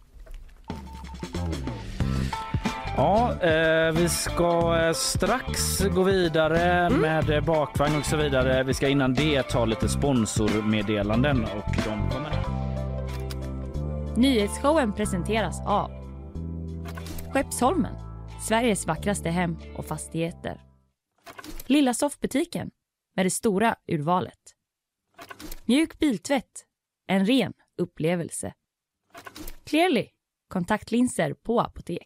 Ja, vi ska strax gå vidare med bakvagn och så vidare. Vi ska innan det ta lite sponsormeddelanden och de kommer här. Nyhetsshowen presenteras av Skeppsholmen, Sveriges vackraste hem och fastigheter. Lilla soffbutiken med det stora urvalet. Mjuk biltvätt, en ren upplevelse. Clearly, kontaktlinser på apotek.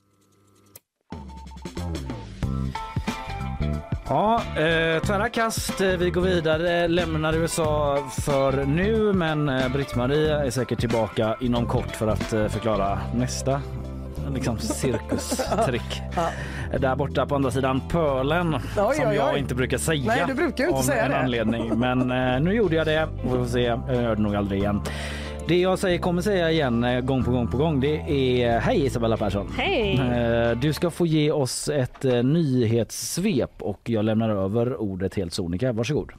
Ja, tvära kast. Vi går vidare. Lämnar USA för nu, men Britt-Marie är säkert tillbaka inom kort för att förklara nästa cirkustrick. Där borta på andra sidan pölen som jag inte brukar säga. Nej, du brukar inte säga en anledning. Men nu gjorde jag det och vi får se. Jag gör det nog aldrig igen. Det jag kommer säga igen gång på gång det är hej Isabella Persson. Hej! Du ska få ge oss ett nyhetssvep och jag lämnar över ordet helt sonika. Varsågod.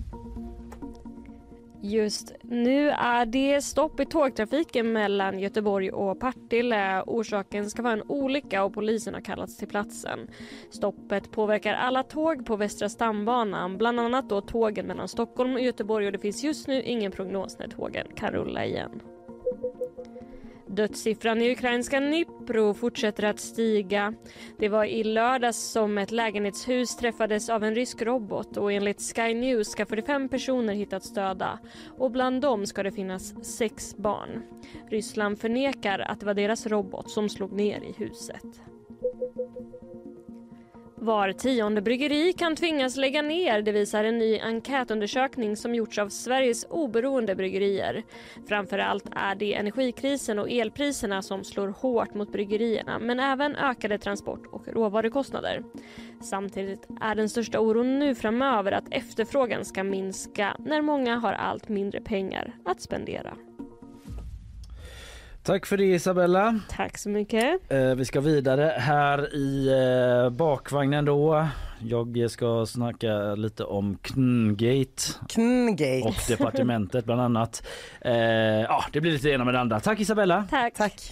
Just nu är det stopp i tågtrafiken mellan Göteborg och Partille. Orsaken ska vara en olycka och polisen har kallats till platsen. Stoppet påverkar alla tåg på Västra stambanan, bland annat då tågen mellan Stockholm och Göteborg och det finns just nu ingen prognos när tågen kan rulla igen. Dödssiffran i ukrainska Dnipro fortsätter att stiga. Det var i lördags som ett lägenhetshus träffades av en rysk robot och enligt Sky News ska 45 personer hittats döda och bland dem ska det finnas 6 barn. Ryssland förnekar att det var deras robot som slog ner i huset. Var 10:e bryggeri kan tvingas lägga ner, det visar en ny enkätundersökning som gjorts av Sveriges oberoende bryggerier. Framförallt är det energikrisen och elpriserna som slår hårt mot bryggerierna, men även ökade transport- och råvarukostnader. Samtidigt är den största oron nu framöver att efterfrågan ska minska när många har allt mindre pengar att spendera. Tack för det Isabella. Tack så mycket. Vi ska vidare här i bakvagnen då. Jag ska snacka lite om Kngate och departementet bland annat. Det blir lite ena med det andra. Tack Isabella. Tack.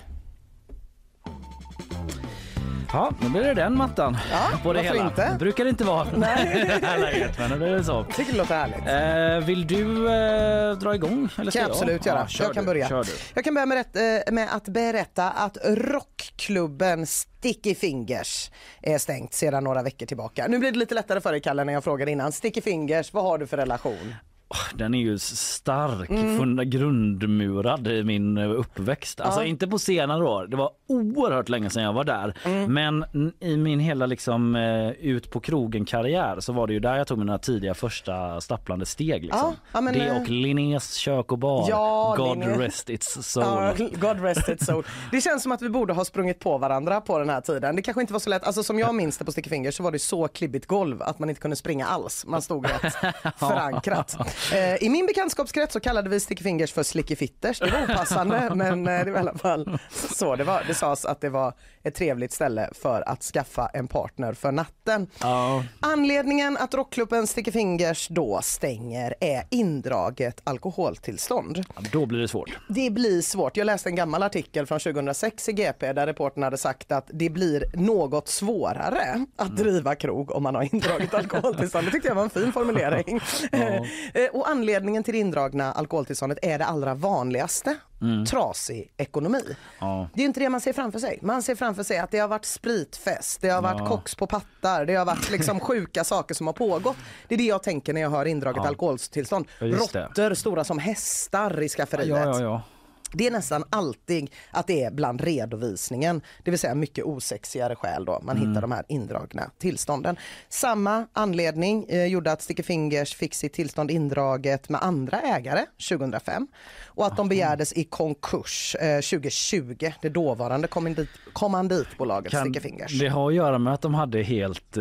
Ja, nu blir det den mattan. Ja, på det varför hela. inte? Det brukar det inte vara. Nej. Men det blir så. Tycker det låter härligt. Vill du dra igång? Eller kan jag absolut göra. Jag kan börja. Jag kan börja med att berätta att rockklubben Sticky Fingers är stängt sedan några veckor tillbaka. Nu blir det lite lättare för dig Kalle när jag frågade innan. Sticky Fingers, vad har du för relation? Den är ju stark, grundmurad i min uppväxt. Alltså inte på senare år. Det var oerhört länge sedan jag var där. Men i min hela ut på krogen-karriär så var det ju där jag tog mina tidiga första stapplande steg. Liksom. Det och Linnés kök och bar. Ja, God rest its soul. God rest its soul. Det känns som att vi borde ha sprungit på varandra på den här tiden. Det kanske inte var så lätt. Alltså som jag minns det på Sticky Fingers så var det så klibbigt golv att man inte kunde springa alls. Man stod rätt förankrat. I min bekantskapskrets så kallade vi Sticky Fingers för Slicky Fitters. Det var opassande men det var i alla fall så. Det sades att det var ett trevligt ställe för att skaffa en partner för natten. Anledningen att rockklubben Sticky Fingers då stänger är indraget alkoholtillstånd. Då blir det svårt. Det blir svårt. Jag läste en gammal artikel från 2006 i GP där reportern hade sagt att det blir något svårare att driva krog om man har indraget alkoholtillstånd. Det tyckte jag var en fin formulering. Och anledningen till indragna alkoholtillståndet är det allra vanligaste. Trasig ekonomi. Det är inte det man ser framför sig. Man ser framför sig att det har varit spritfest, det har varit koks på pattar, det har varit sjuka saker som har pågått. Det är det jag tänker när jag hör indraget alkoholtillstånd. Råttor stora som hästar i skafferiet. Det är nästan alltid att det är bland redovisningen, det vill säga mycket osexigare skäl då man hittar de här indragna tillstånden. Samma anledning gjorde att Sticky Fingers fick sitt tillstånd indraget med andra ägare 2005 och att de begärdes i konkurs 2020, det dåvarande kommanditbolaget Sticky Fingers. Det har att göra med att de hade helt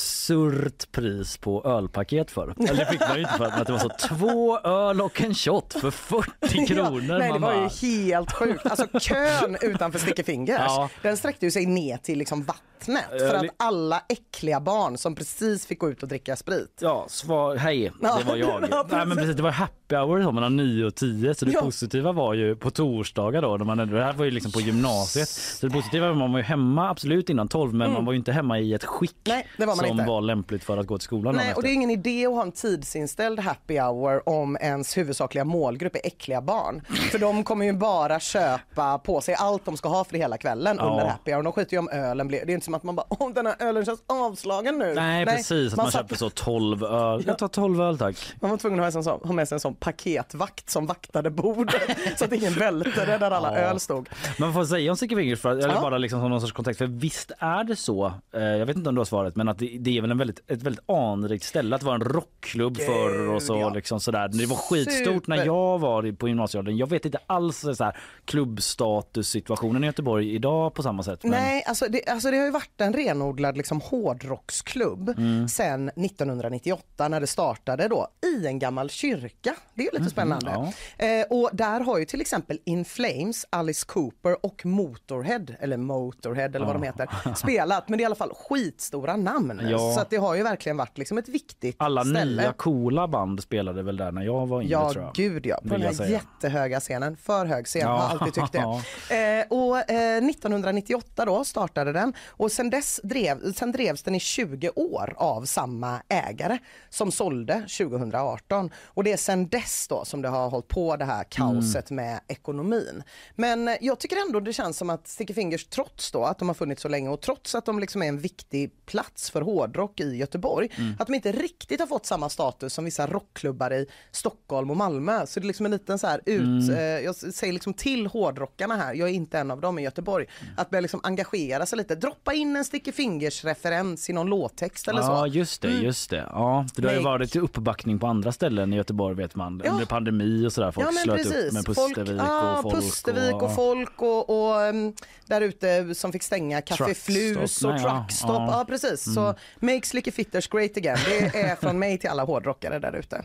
absurt pris på ölpaket för. Eller det fick man ju inte för att det var så 2 öl och en shot för 40 kronor. Ja, nej, det var ju helt sjukt. Alltså kön utanför Sticky Fingers, den sträckte ju sig ner till liksom vattnet för att alla äckliga barn som precis fick gå ut och dricka sprit. Ja, hej, det var jag. Nej, men precis, det var happy hour mellan 9 och 10, så det positiva var ju på torsdagar då. Det här var ju liksom på gymnasiet. Så det positiva var att man var ju hemma absolut innan 12, men man var ju inte hemma i ett skick som var lämpligt för att gå till skolan. Nej, och det är ingen idé att ha en tidsinställd happy hour om ens huvudsakliga målgrupp är äckliga barn. För de kommer ju bara köpa på sig allt de ska ha för hela kvällen under happy hour. De skiter ju om ölen blir. Det är inte som att man bara, den här ölen känns avslagen nu. Nej, precis. Att man köper så 12 öl. Jag tar 12 öl, tack. Man var tvungen att ha med sig en sån paketvakt som vaktade bordet så att ingen välte det där alla öl stod. Man får säga om Sticky Fingers eller bara liksom som någon sorts kontext. För visst är det så, jag vet inte om du har svaret, men att det är väl ett väldigt anrikt ställe att vara en rockklubb för och så liksom sådär. Det var skitstort när jag var på gymnasieåldern. Jag vet inte alls så här klubbstatussituationen i Göteborg idag på samma sätt. Men... Nej, alltså det har ju varit en renodlad liksom hårdrocksklubb sedan 1998 när det startade då i en gammal kyrka. Det är ju lite spännande. Och där har ju till exempel In Flames, Alice Cooper och Motorhead eller vad de heter spelat, men det är i alla fall skitstora namn. Så att det har ju verkligen varit liksom ett viktigt alla ställe. Nya coola band spelade väl där när jag var inne, tror jag. Ja, gud ja. På den här jättehöga scenen. För hög scen, har alltid tyckt det. Och 1998 då startade den och sen drevs den i 20 år av samma ägare som sålde 2018. Och det är sen dess då som det har hållit på det här kaoset med ekonomin. Men jag tycker ändå det känns som att Sticky Fingers, trots då att de har funnits så länge och trots att de liksom är en viktig plats för hårdrock i Göteborg, att de inte riktigt har fått samma status som vissa rockklubbar i Stockholm och Malmö. Så det är liksom en liten så här jag säger liksom till hårdrockarna här, jag är inte en av dem i Göteborg, att börja liksom engagera sig lite, droppa in en Sticky Fingers referens i någon låttext eller så. Ja, just det. Ja, det har ju varit uppbackning på andra ställen i Göteborg, vet man. Under pandemi och sådär, folk slöt upp med Pustervik och folk och där ute som fick stänga Café Flus och Truckstop. Ja, precis. Så make Sticky Fingers great again. Det är från mig till alla hårdrockare där ute.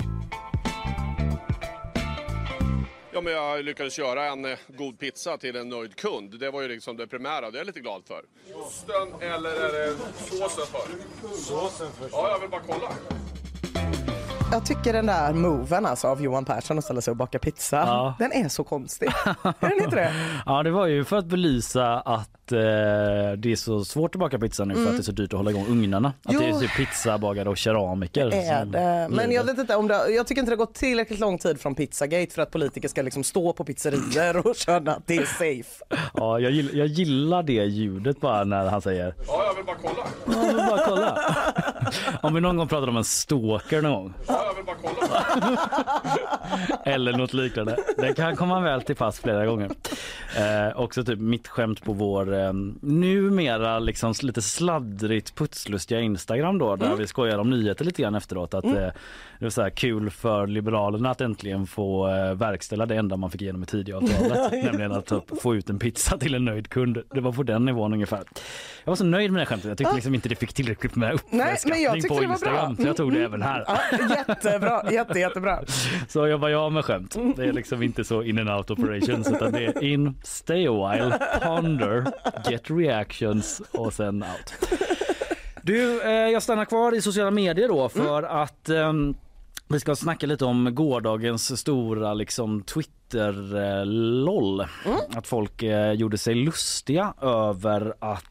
Ja, men jag lyckades göra en god pizza till en nöjd kund. Det var ju liksom det primära, det är jag lite glad för. Osten eller är det såsen för? Såsen för. Ja, jag vill bara kolla. Jag tycker den där moven alltså av Johan Persson att ställa sig och baka pizza, den är så konstig. Är den inte det? Ja, det var ju för att belysa att det är så svårt att baka pizza nu för att det är så dyrt att hålla igång ugnarna. Att det är så pizzabagare och keramiker. Det är det. Men jag vet inte om jag tycker inte det har gått tillräckligt lång tid från Pizzagate för att politiker ska liksom stå på pizzerior och känna att det är safe. Ja, jag gillar det ljudet bara när han säger. Ja, jag vill bara kolla. Ja, jag vill bara kolla. Om vi någon gång pratar om en stalker någon gång. Ja, jag vill bara kolla. Eller något liknande. Det kan komma väl till pass flera gånger. Också typ mitt skämt på vår numera liksom lite sladdrigt putslustiga Instagram då, där vi skojar om nyheter lite grann efteråt, att det är så här kul för Liberalerna att äntligen få verkställa det enda man fick igenom i Tidöavtalet, nämligen att få ut en pizza till en nöjd kund. Det var på den nivån ungefär. Jag var så nöjd med det skämtet. Jag tyckte liksom inte det fick tillräckligt med uppskattning på Instagram, så jag tog det även här. Ja, jättebra, jättebra. Så jobbar jag med skämt. Det är liksom inte så in and out operations, utan det är in, stay a while, ponder, get reactions och sen out. Du, jag stannar kvar i sociala medier då för att vi ska snacka lite om gårdagens stora liksom Twitter-loll. Att folk gjorde sig lustiga över att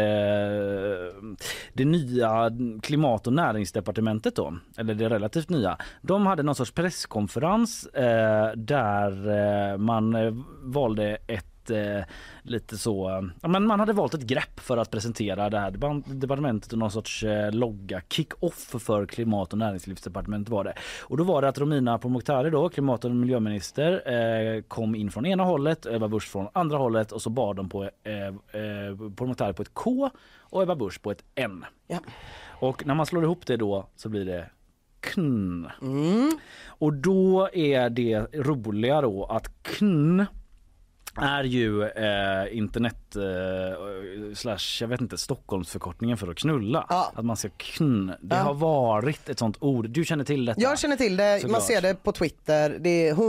det nya klimat- och näringsdepartementet då, eller det relativt nya, de hade någon sorts presskonferens där man valde ett lite så, men man hade valt ett grepp för att presentera det här departementet och någon sorts logga, kick-off för klimat- och näringslivsdepartementet var det. Och då var det att Romina Pourmokhtari då, klimat- och miljöminister, kom in från ena hållet, Ebba Busch från andra hållet och så bar de på Pourmokhtari på ett K och Ebba Busch på ett N. Ja. Och när man slår ihop det då så blir det KN. Och då är det roliga då att KN är ju internet jag vet inte, Stockholmsförkortningen för att knulla. Ja. Att man ska Det har varit ett sånt ord. Du känner till detta? Jag känner till det. Såklart. Man ser det på Twitter. Det är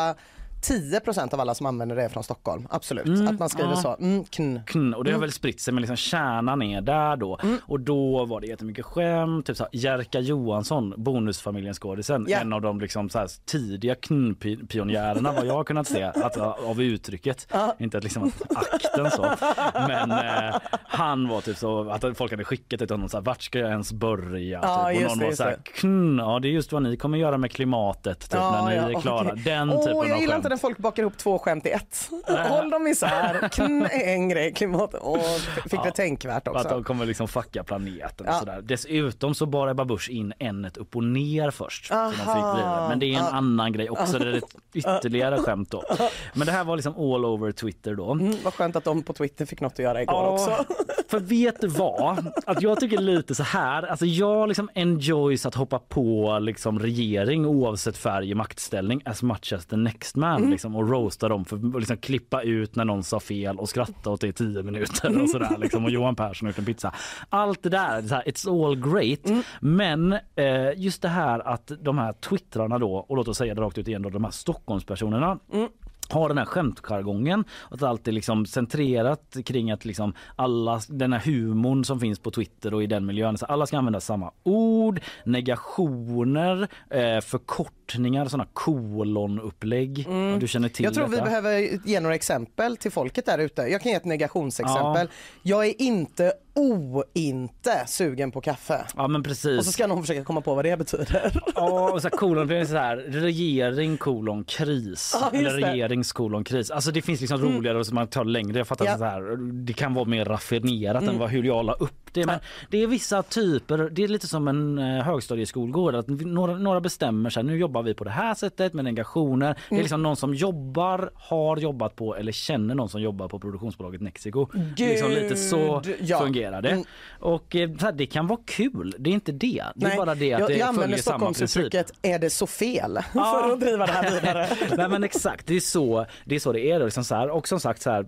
10% av alla som använder det från Stockholm. Absolut. Att man skriver så. KN. Och det har väl spritt sig, men liksom kärnan är där då. Och då var det jättemycket skämt. Typ så här, Jerka Johansson, Bonusfamiljens skådisen. Yeah. En av de liksom så här tidiga KN-pionjärerna vad jag har kunnat se av uttrycket. Inte att liksom akten så. Men han var typ så att folk hade skickat till honom så här, vart ska jag ens börja? Typ. Och någon var så här, KN, det är just vad ni kommer göra med klimatet typ, när ni är klara. Okay. Den typen av skämt. När folk bakar ihop 2 skämt i ett. Håll dem isär. KN är en grej, klimat. Fick det tänkvärt också. Att de kommer liksom fucka planeten och sådär. Dessutom så bar Ebba Busch in ämnet upp och ner först. Så de fick bli. Men det är en annan grej också. Det är ett ytterligare skämt då. Men det här var liksom all over Twitter då. Vad skönt att de på Twitter fick något att göra igår också. För vet du vad? Att jag tycker lite så här. Alltså jag liksom enjoys att hoppa på liksom regering oavsett färg i maktställning as much as the next man. Liksom, och roasta dem för att liksom klippa ut när någon sa fel och skratta åt det i 10 minuter och sådär liksom, och Johan Persson ut en pizza. Allt det där, så här, it's all great. Men just det här att de här twittrarna då, och låt oss säga det rakt ut igen då, de här Stockholmspersonerna har den här skämtjargongen och att allt är liksom centrerat kring att liksom alla, den här humorn som finns på Twitter och i den miljön, så alla ska använda samma ord, negationer, förkortningar, sådana kolonupplägg. Du känner till jag tror detta. Vi behöver ge några exempel till folket där ute. Jag kan ge ett negationsexempel. Jag är inte sugen på kaffe. Ja, men precis. Och så ska någon försöka komma på vad det betyder. Ja, och så här, kolon är så här, regering kolon kris. Eller regerings kolon kris. Alltså det finns liksom roligare och så man tar längre. Jag fattar så här, det kan vara mer raffinerat än hur jag la upp det. Men det är vissa typer, det är lite som en högstadieskolgård. Att några bestämmer sig, nu jobbar vi på det här sättet med negationer. Det är liksom någon som har jobbat på eller känner någon som jobbar på produktionsbolaget Mexico. Liksom lite så fungerar det. Och så här, det kan vara kul, det är inte det. Det är bara det att det följer samma princip. Är det så fel för att driva det här vidare? Nej, men exakt, det är så det är liksom så här. Och som sagt så här,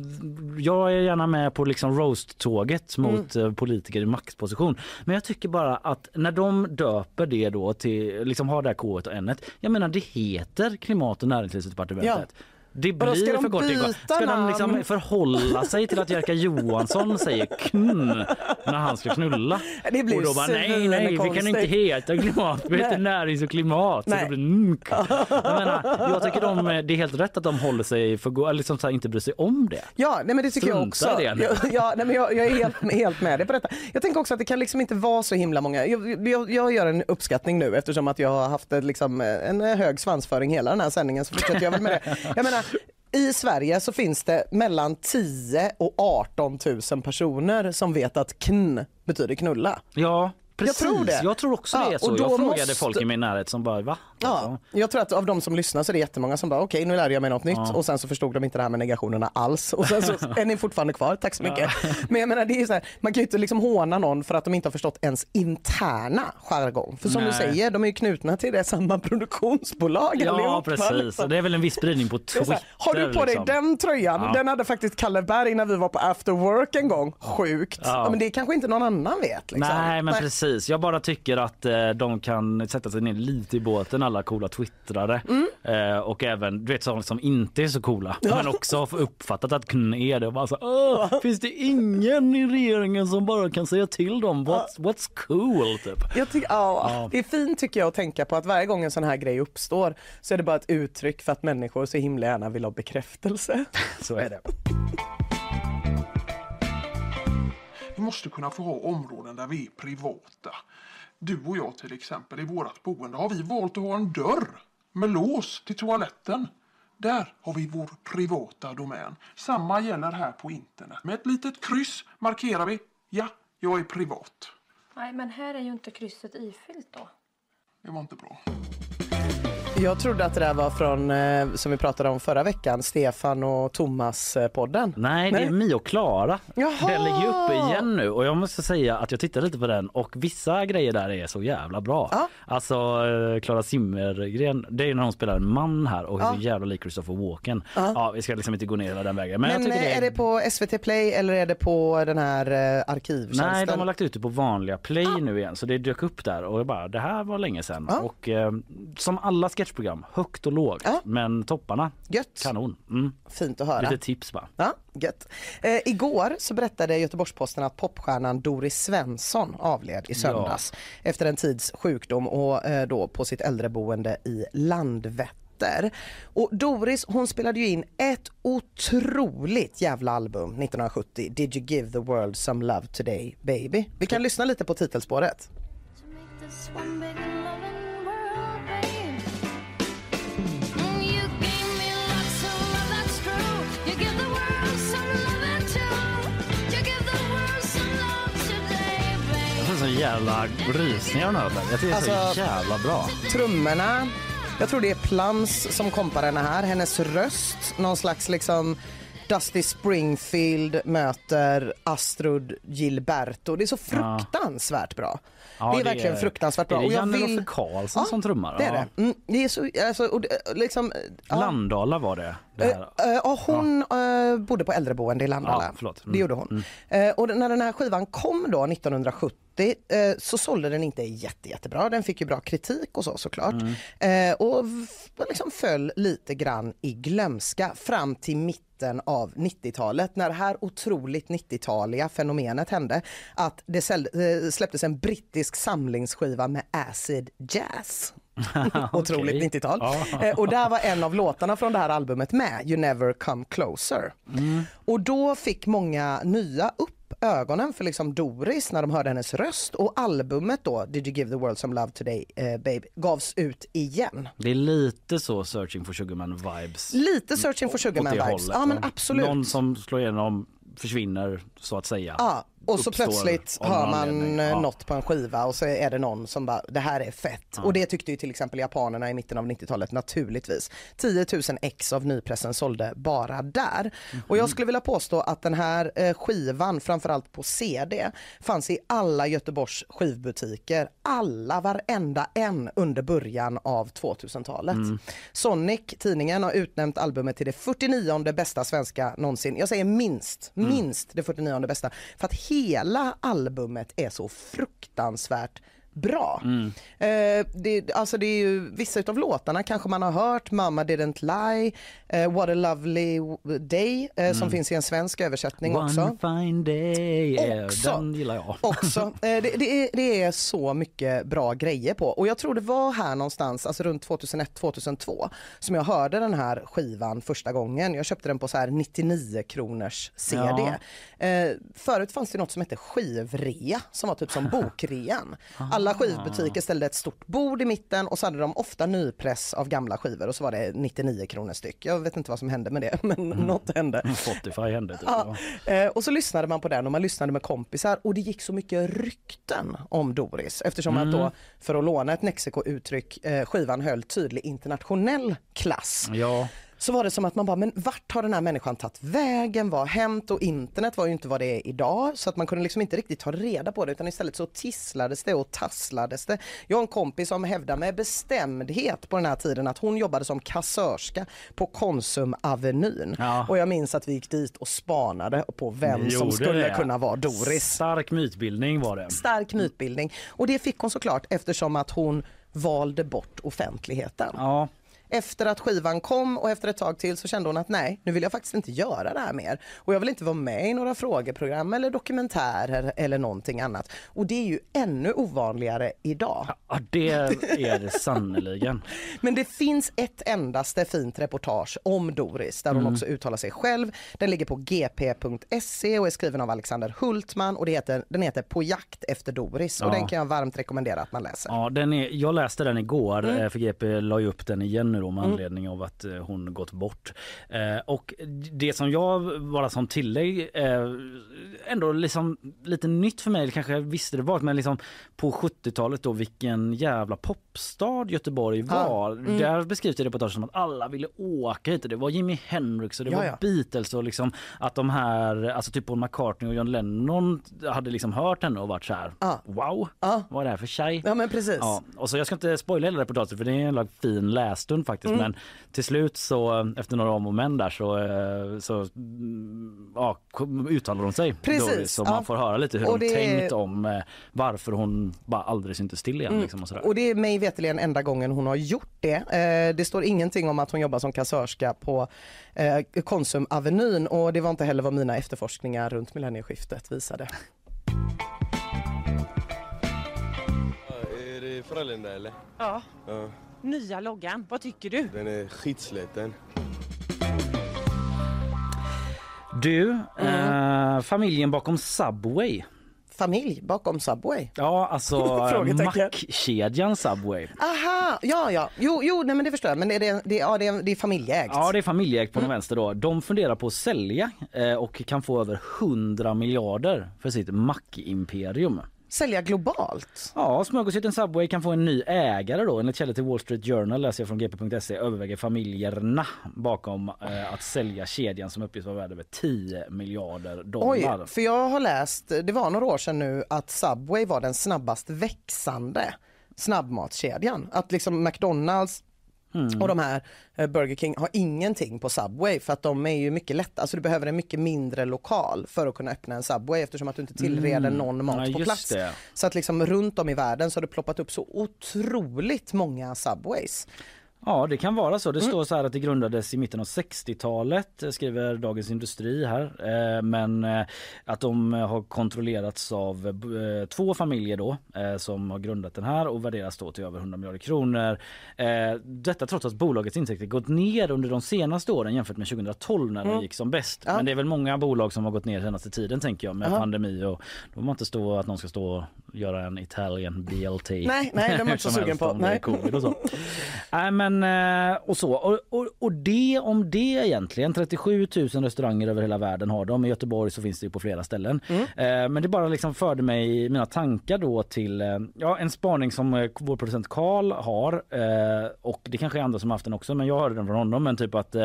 jag är gärna med på liksom roast-tåget mot politiker i maktposition. Men jag tycker bara att när de döper det då till, liksom har det här K-et och N-et, jag menar det heter klimat- och näringslivsdepartementet. Det blir för kort. Ska de liksom förhålla sig till att Jerka Johansson säger KN när han ska knulla? Det blir och då bara nej, vi kan inte heta klimat, vi heter närings och klimat. Så det blir jag tycker det är helt rätt att de håller sig för liksom så här, inte bryr sig om det. Ja, nej, men det tycker jag också. Jag är helt med dig på detta. Jag tänker också att det kan liksom inte vara så himla många. Jag gör en uppskattning nu eftersom att jag har haft liksom en hög svansföring hela den här sändningen, så fortsätter jag väl med det. Jag menar, i Sverige så finns det mellan 10 och 18 000 personer som vet att KN betyder knulla. Ja, precis. Jag tror också det är så. Jag frågade folk i min närhet som bara, va? Ja, jag tror att av de som lyssnar så är det jättemånga som bara okej, nu lärde jag mig något nytt och sen så förstod de inte det här med negationerna alls och sen så är ni fortfarande kvar, tack så mycket. Men jag menar, det är så här, man kan ju inte liksom håna någon för att de inte har förstått ens interna jargong. För som du säger, de är ju knutna till det samma produktionsbolag. Ja, precis. Och det är väl en viss spridning på Twitter. Har du på dig den tröjan? Ja. Den hade faktiskt Kalle Berg när vi var på After Work en gång. Sjukt. Ja. Men det kanske inte någon annan vet. Liksom. Nej, men precis. Jag bara tycker att de kan sätta sig ner lite i båten, alla coola twittrare. Och även, du vet, sådana som inte är så coola. Men också har uppfattat att KN är det. Och bara så, finns det ingen i regeringen som bara kan säga till dem what's cool, typ? Jag tycker, det är fint tycker jag att tänka på att varje gång en sån här grej uppstår så är det bara ett uttryck för att människor så himla gärna vill ha bekräftelse. Så är det. Vi måste kunna få ha områden där vi är privata. Du och jag till exempel, i vårt boende har vi valt att ha en dörr med lås till toaletten. Där har vi vår privata domän. Samma gäller här på internet. Med ett litet kryss markerar vi, ja, jag är privat. Nej, men här är ju inte krysset ifyllt då. Det var inte bra. Jag trodde att det där var från, som vi pratade om förra veckan, Stefan och Thomas-podden. Nej, det är Mia och Klara. Jaha! Den ligger uppe igen nu och jag måste säga att jag tittar lite på den och vissa grejer där är så jävla bra. Ja. Alltså Klara Zimmergren, det är när hon spelar en man här och är så jävla lik Christopher Walken. Ja, vi ska liksom inte gå ner hela den vägen. Men jag tycker är det på SVT Play eller är det på den här arkivtjänsten? Nej, de har lagt ut det på vanliga Play nu igen så det dök upp där och jag bara, det här var länge sedan. Och som alla sketchprogram, högt och lågt, men topparna, gött. Kanon. Fint att höra. Lite tips bara. Ja, gött. Igår så berättade Göteborgs-Posten att popstjärnan Doris Svensson avled i söndags efter en tids sjukdom och då på sitt äldreboende i Landvetter. Och Doris, hon spelade ju in ett otroligt jävla album 1970, Did You Give the World Some Love Today Baby. Vi kan lyssna lite på titelspåret. Så jävla rysningar nu. Jag tycker det är så jävla bra. Trummorna, jag tror det är Plans som kompar henne här. Hennes röst, någon slags liksom Dusty Springfield möter Astrud Gilberto. Det är så fruktansvärt bra. Ja, det är verkligen fruktansvärt bra. Är det Janne Janne Karlsson som trummar? Det är det. Det är så, alltså, och liksom, Landala var det. Hon bodde på äldreboende i Landala. Det gjorde hon. Och när den här skivan kom då 1970 så sålde den inte jättebra. Den fick ju bra kritik och såklart. Och liksom föll lite grann i glömska fram till mitten av 90-talet när det här otroligt 90-taliga fenomenet hände att det släpptes en brittisk samlingsskiva med acid jazz. Otroligt 90-tal. Och där var en av låtarna från det här albumet med, You Never Come Closer. Och då fick många nya upp ögonen för liksom Doris när de hörde hennes röst och albumet då, Did You Give the World Some Love Today Baby, gavs ut igen. Det är lite så Searching for Sugarman vibes. Lite Searching for Sugarman vibes. Hållet, ja men absolut. Någon som slår igenom försvinner så att säga. Ja, och så plötsligt hör man något på en skiva och så är det någon som bara, det här är fett. Och det tyckte ju till exempel japanerna i mitten av 90-talet naturligtvis. 10 000 ex av nypressen sålde bara där. Och jag skulle vilja påstå att den här skivan, framförallt på CD, fanns i alla Göteborgs skivbutiker. Varenda en under början av 2000-talet. Sonic, tidningen, har utnämnt albumet till det 49:e bästa svenska någonsin. Jag säger minst det 49:e bästa. För att hela albumet är så fruktansvärt bra. Det är ju vissa av låtarna kanske man har hört, Mama Didn't Lie, What a Lovely Day som finns i en svensk översättning också. One fine day, den gillar jag. Också. Det är så mycket bra grejer på. Och jag tror det var här någonstans, alltså runt 2001-2002 som jag hörde den här skivan första gången. Jag köpte den på så här 99 kronors CD. Förut fanns det något som hette skivrea som var typ som bokrean. Alla skivbutiker ställde ett stort bord i mitten och så hade de ofta nypress av gamla skivor och så var det 99 kronor styck. Jag vet inte vad som hände med det, men något hände. Spotify hände typ. Och så lyssnade man på den och man lyssnade med kompisar och det gick så mycket rykten om Doris eftersom att då, för att låna ett Mexiko-uttryck, skivan höll tydlig internationell klass. Ja. Så var det som att man bara, men vart har den här människan tagit vägen, vad har hänt? Och internet var ju inte vad det är idag så att man kunde liksom inte riktigt ta reda på det utan istället så tisslades det och tasslades det. Jag har en kompis som hävdar med bestämdhet på den här tiden att hon jobbade som kassörska på Konsumavenyn. Och jag minns att vi gick dit och spanade på vem som skulle kunna vara Doris. Stark mytbildning var det. Stark mytbildning. Och det fick hon såklart eftersom att hon valde bort offentligheten. Ja. Efter att skivan kom och efter ett tag till så kände hon att nej, nu vill jag faktiskt inte göra det här mer. Och jag vill inte vara med i några frågeprogram eller dokumentärer eller någonting annat. Och det är ju ännu ovanligare idag. Ja, det är det sannoliken. Men det finns ett endaste fint reportage om Doris där hon också uttalar sig själv. Den ligger på gp.se och är skriven av Alexander Hultman och den heter På jakt efter Doris. Och den kan jag varmt rekommendera att man läser. Ja, jag läste den igår för GP la ju upp den igen nu då med anledning av att hon gått bort. Och det som jag bara som tillägg ändå liksom lite nytt för mig, kanske jag visste det var, men liksom på 70-talet då vilken jävla popstad Göteborg var. Där beskrivs det reportage som att alla ville åka hit. Det var Jimi Hendrix och det var Beatles och liksom att de här, alltså typ Paul McCartney och John Lennon hade liksom hört henne och varit så här: wow, vad är det här för tjej? Ja, men precis. Ja, och så jag ska inte spoila hela reportaget för det är en fin lässtund faktiskt, men till slut så efter några om och men där så uttalar de sig. Precis. Då, så man får höra lite hur de tänkt om varför hon bara aldrig syntes till igen. Liksom, och, och det är mig veterligen enda gången hon har gjort det. Det står ingenting om att hon jobbar som kassörska på Konsumavenyn, och det var inte heller vad mina efterforskningar runt millennieskiftet visade. Är det Frölunda eller? Ja. Nya loggan, vad tycker du? Den är skitsliten. Du, familjen bakom Subway. Familj bakom Subway? Ja, alltså Mac-kedjan Subway. Aha, ja. Jo, nej, men det förstår jag. Men det är familjeägt. Ja, det är familjeägt på den vänster då. De funderar på att sälja och kan få över 100 miljarder för sitt Mac-imperium. Sälja globalt? Ja, smörgåshytten Subway kan få en ny ägare då. Enligt källor till Wall Street Journal, läser jag från gp.se, överväger familjerna bakom att sälja kedjan som uppges vara värd över 10 miljarder dollar. Oj, för jag har läst, det var några år sedan nu, att Subway var den snabbast växande snabbmatskedjan. Att liksom McDonald's och de här Burger King har ingenting på Subway för att de är ju mycket lätta. Alltså du behöver en mycket mindre lokal för att kunna öppna en Subway eftersom att du inte tillreder någon mat på plats. Det. Så att liksom runt om i världen så har det ploppat upp så otroligt många Subways. Ja, det kan vara så. Det står så här att det grundades i mitten av 60-talet, skriver Dagens Industri här. Men att de har kontrollerats av 2 familjer då som har grundat den här och värderas då till över 100 miljarder kronor. Detta trots att bolagets intäkter gått ner under de senaste åren jämfört med 2012 när det gick som bäst. Men det är väl många bolag som har gått ner senaste tiden, tänker jag, med pandemi, och då man inte stå att någon ska stå och göra en Italian BLT. Nej, de är inte så sugen på. Nej. COVID och så. Men och så och det om det egentligen 37 000 restauranger över hela världen har de. I Göteborg så finns det ju på flera ställen. Men det bara liksom förde mig i mina tankar då till en spaning som vår producent Carl har, och det kanske är andra som har haft den också, men jag hörde den från honom, men typ att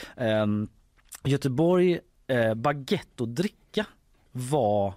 Göteborg baguette och dricka var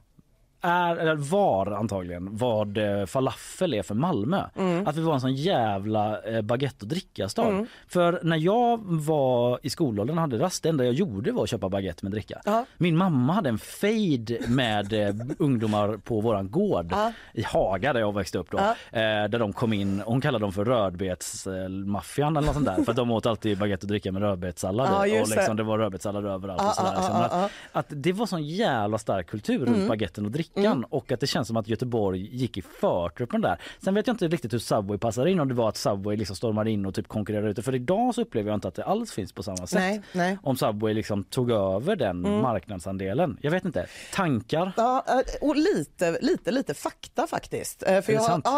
antagligen vad falafel är för Malmö. Att vi var en sån jävla baguette och dricka-stad. För när jag var i skolåldern och hade rast, det enda jag gjorde var att köpa baguette med dricka. Min mamma hade en fade med ungdomar på våran gård i Haga där jag växte upp då. Där de kom in, hon kallade dem för rödbetsmaffian eller något sånt där, för att de åt alltid baguette och dricka med rödbetssallad och liksom, det var rödbetssallad överallt och sådär. Liksom. Att det var sån jävla stark kultur runt baguetten och drickan. Och att det känns som att Göteborg gick i förtruppen där. Sen vet jag inte riktigt hur Subway passar in, om det var att Subway liksom stormade in och typ konkurrerade ute. För idag så upplever jag inte att det alls finns på samma sätt. Nej. Om Subway liksom tog över den marknadsandelen. Jag vet inte. Tankar? Ja, och lite fakta faktiskt. För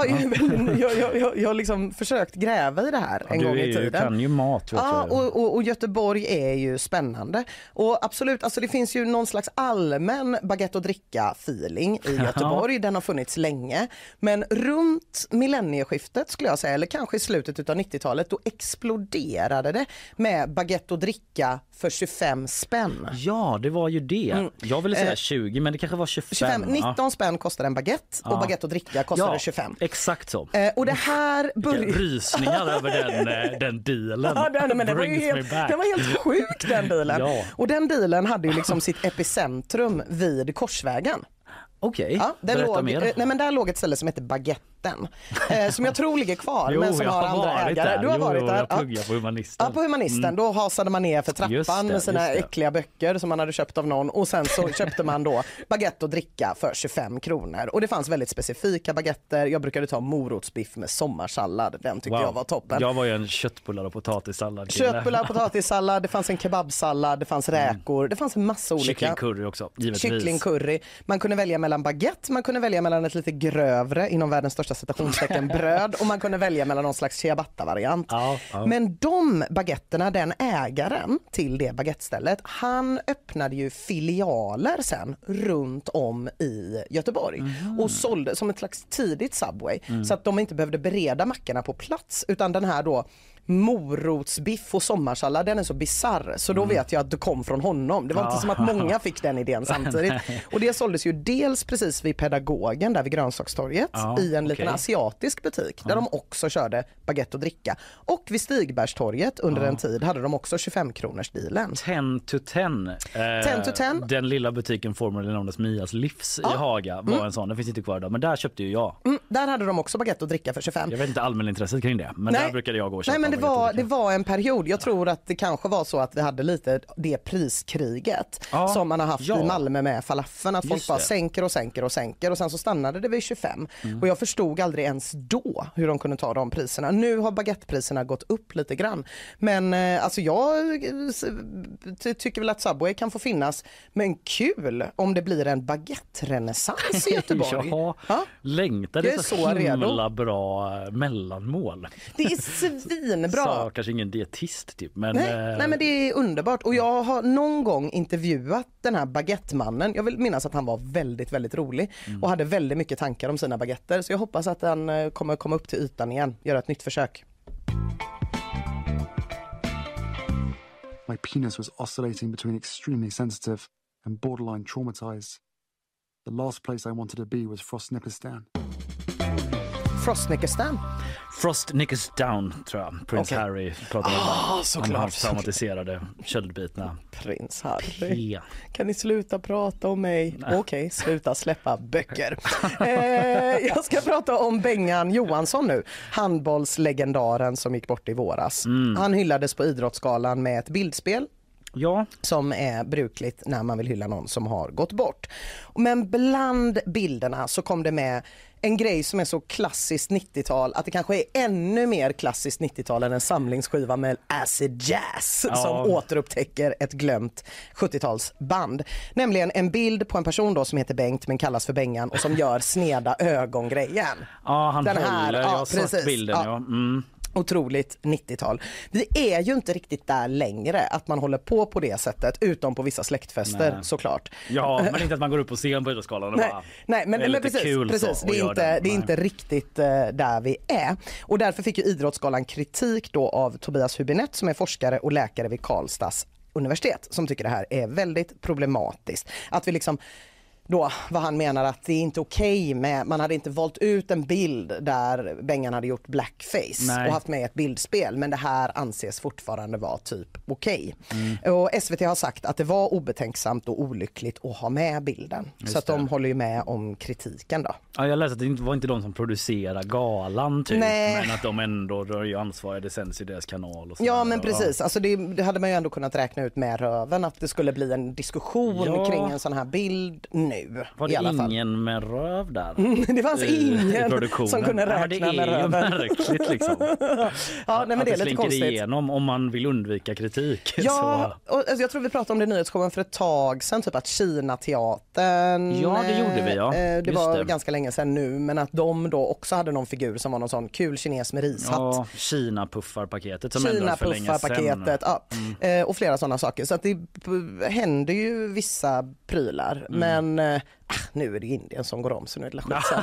jag har liksom försökt gräva i det här en gång i tiden. Du kan ju mat. Och Göteborg är ju spännande. Och absolut, alltså det finns ju någon slags allmän baguette och dricka-feeling i Göteborg. Den har funnits länge. Men runt millennieskiftet skulle jag säga, eller kanske i slutet av 90-talet, då exploderade det med baguette och dricka för 25 spänn. Ja, det var ju det. Jag ville säga 20, men det kanske var 25. 19 spänn kostade en baguette och baguette och dricka kostade 25. Exakt så. Och det här rysningar över den dealen. Men den var helt sjuk, den dealen. Och den dealen hade ju liksom sitt epicentrum vid Korsvägen. Okej, berätta mer. Där låg ett ställe som heter Baguetten, som jag tror ligger kvar, men som har andra ägare. Du har varit där. Jag pluggar på Humanisten. Ja, på Humanisten. Då hasade man ner för trappan med sina äckliga böcker som man hade köpt av någon, och sen så köpte man då baguette och dricka för 25 kronor. Och det fanns väldigt specifika baguetter. Jag brukade ta morotsbiff med sommarsallad. Den tyckte jag var toppen. Jag var ju en köttbullar och potatissallad. Köttbullar och potatissallad, det fanns en kebabsallad, det fanns räkor, det fanns en massa olika. Kycklingcurry också, givetvis. Kycklingcurry. Man kunde välja mellan baguette, man kunde välja mellan ett lite grövre inom världens största citationstecken bröd och man kunde välja mellan någon slags ciabatta-variant. Men de baguetterna, den ägaren till det baguettestället, han öppnade ju filialer sen runt om i Göteborg och sålde som ett slags tidigt Subway så att de inte behövde bereda mackorna på plats, utan den här då morotsbiff och sommarsallad, den är så bizarr så då vet jag att det kom från honom. Det var inte som att många fick den idén samtidigt. Och det såldes ju dels precis vid Pedagogen där vid Grönsakstorget i en liten asiatisk butik där de också körde baguette och dricka. Och vid Stigbergstorget under en tid hade de också 25-kronors dealen. 10 to 10. Den lilla butiken formerly known as Mias Livs i Haga var en sån. Den finns inte kvar idag, men där köpte ju jag. Där hade de också baguette och dricka för 25. Jag vet inte allmänintresset kring det, men där brukade jag gå och köpa. Nej, men det var en period. Jag tror att det kanske var så att vi hade lite det priskriget som man har haft i Malmö med falafeln. Att folk bara sänker och sen så stannade det vid 25. Och jag förstod aldrig ens då hur de kunde ta de priserna. Nu har baguettepriserna gått upp lite grann. Men alltså jag tycker väl att Subway kan få finnas. Men kul om det blir en baguette-renässans i Göteborg. Längtar det så himla bra mellanmål. Det är svinbra. Så kanske ingen dietist typ, men nej, men det är underbart. Och jag har någon gång intervjuat den här baguettemannen. Jag vill minnas att han var väldigt, väldigt rolig och hade väldigt mycket tankar om sina baguetter. Så jag hoppas att han kommer komma upp till ytan igen, göra ett nytt försök. My penis was oscillating between extremely sensitive and borderline traumatized. The last place I wanted to be was Frostnikistan. Frostnikistan? Frostnikistan tror jag. Prins Harry pratade om såklart. Hans traumatiserade köldbitna. Prins Harry. Kan ni sluta prata om mig? Okej, sluta släppa böcker. Jag ska prata om Bengan Johansson nu. Handbollslegendaren som gick bort i våras. Han hyllades på Idrottsgalan med ett bildspel. Som är brukligt när man vill hylla någon som har gått bort. Men bland bilderna så kom det med en grej som är så klassiskt 90-tal att det kanske är ännu mer klassiskt 90-tal än en samlingsskiva med acid jazz som återupptäcker ett glömt 70-talsband. Nämligen en bild på en person då som heter Bengt men kallas för Bengan och som gör sneda ögongrejen. Ja, han den här, håller, jag har sett bilden. Otroligt 90-tal. Vi är ju inte riktigt där längre att man håller på det sättet, utom på vissa släktfester såklart. Ja, men inte att man går upp på scen på Idrottsgalan och bara, men precis. Det är inte riktigt där vi är. Och därför fick ju Idrottsgalan kritik då av Tobias Hübinette som är forskare och läkare vid Karlstads universitet som tycker det här är väldigt problematiskt. Att vi liksom då vad han menar att det är inte okej med, man hade inte valt ut en bild där Bengan hade gjort blackface och haft med ett bildspel, men det här anses fortfarande vara typ okej. Och SVT har sagt att det var obetänksamt och olyckligt att ha med bilden. Så att de håller ju med om kritiken då. Ja, jag läste att det var inte de som producerar galan typ, men att de ändå är ju ansvariga, det sänds i deras kanal. Och ja, men precis. Alltså det hade man ju ändå kunnat räkna ut med röven att det skulle bli en diskussion kring en sån här bild nu. Var det ingen med röv där? Det fanns ingen som kunde räkna med röven. Det är ju märkligt liksom. Men det är lite konstigt. Igenom om man vill undvika kritik. Ja, och alltså, jag tror vi pratade om det i nyhetsshowen för ett tag sedan, typ att Kina-teatern. Ja, det gjorde vi, ja. Det var ganska länge sedan nu, men att de då också hade någon figur som var någon sån kul kines med rishatt. Ja, Kina-puffarpaketet som ändå för länge sedan. Och flera sådana saker. Så att det händer ju vissa prylar, men nu är det Indien som går om, så nu är det skitsamma.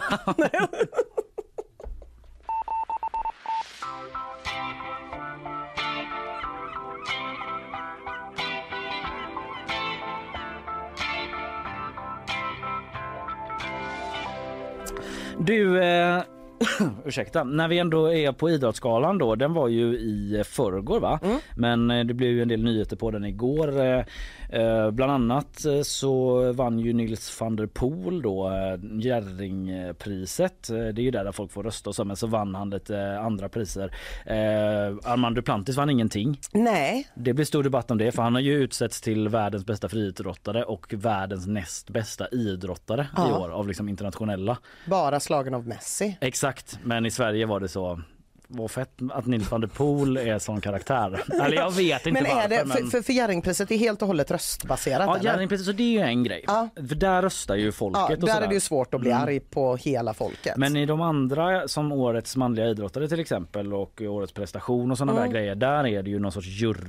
Du, ursäkta, när vi ändå är på Idrottsgalan då, den var ju i förrgår va? Men det blev ju en del nyheter på den igår. Bland annat så vann ju Nils van der Poel då Jerringpriset. Det är ju där folk får rösta och så, men så vann han lite andra priser. Armand Duplantis vann ingenting. Nej. Det blir stor debatt om det, för han har ju utsetts till världens bästa friidrottare och världens näst bästa idrottare i år av liksom internationella. Bara slagen av Messi. Exakt, men i Sverige var det så vad fett att Nils van der Poel är sån karaktär. Eller jag vet inte men är varför. Det, för Jerringpriset är helt och hållet röstbaserat? Ja, Jerringpriset, så det är ju en grej. Ja. För där röstar ju folket. Ja, och där är det ju svårt att bli arg på hela folket. Men i de andra, som årets manliga idrottare till exempel och årets prestation och sådana där grejer, där är det ju någon sorts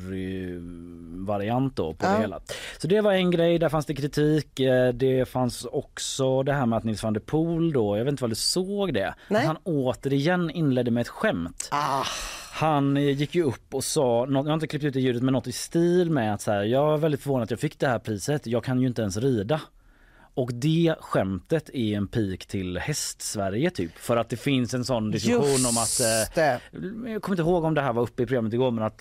juryvariant då på det hela. Så det var en grej, där fanns det kritik. Det fanns också det här med att Nils van der Poel då, jag vet inte vad du såg det. Han återigen inledde med ett skämt. Han gick ju upp och sa, jag har inte klippt ut det ljudet, men något i stil med att så här, jag är väldigt förvånad att jag fick det här priset, jag kan ju inte ens rida. Och det skämtet är en pik till häst-Sverige typ. För att det finns en sån diskussion om att... jag kommer inte ihåg om det här var uppe i programmet igår, men att,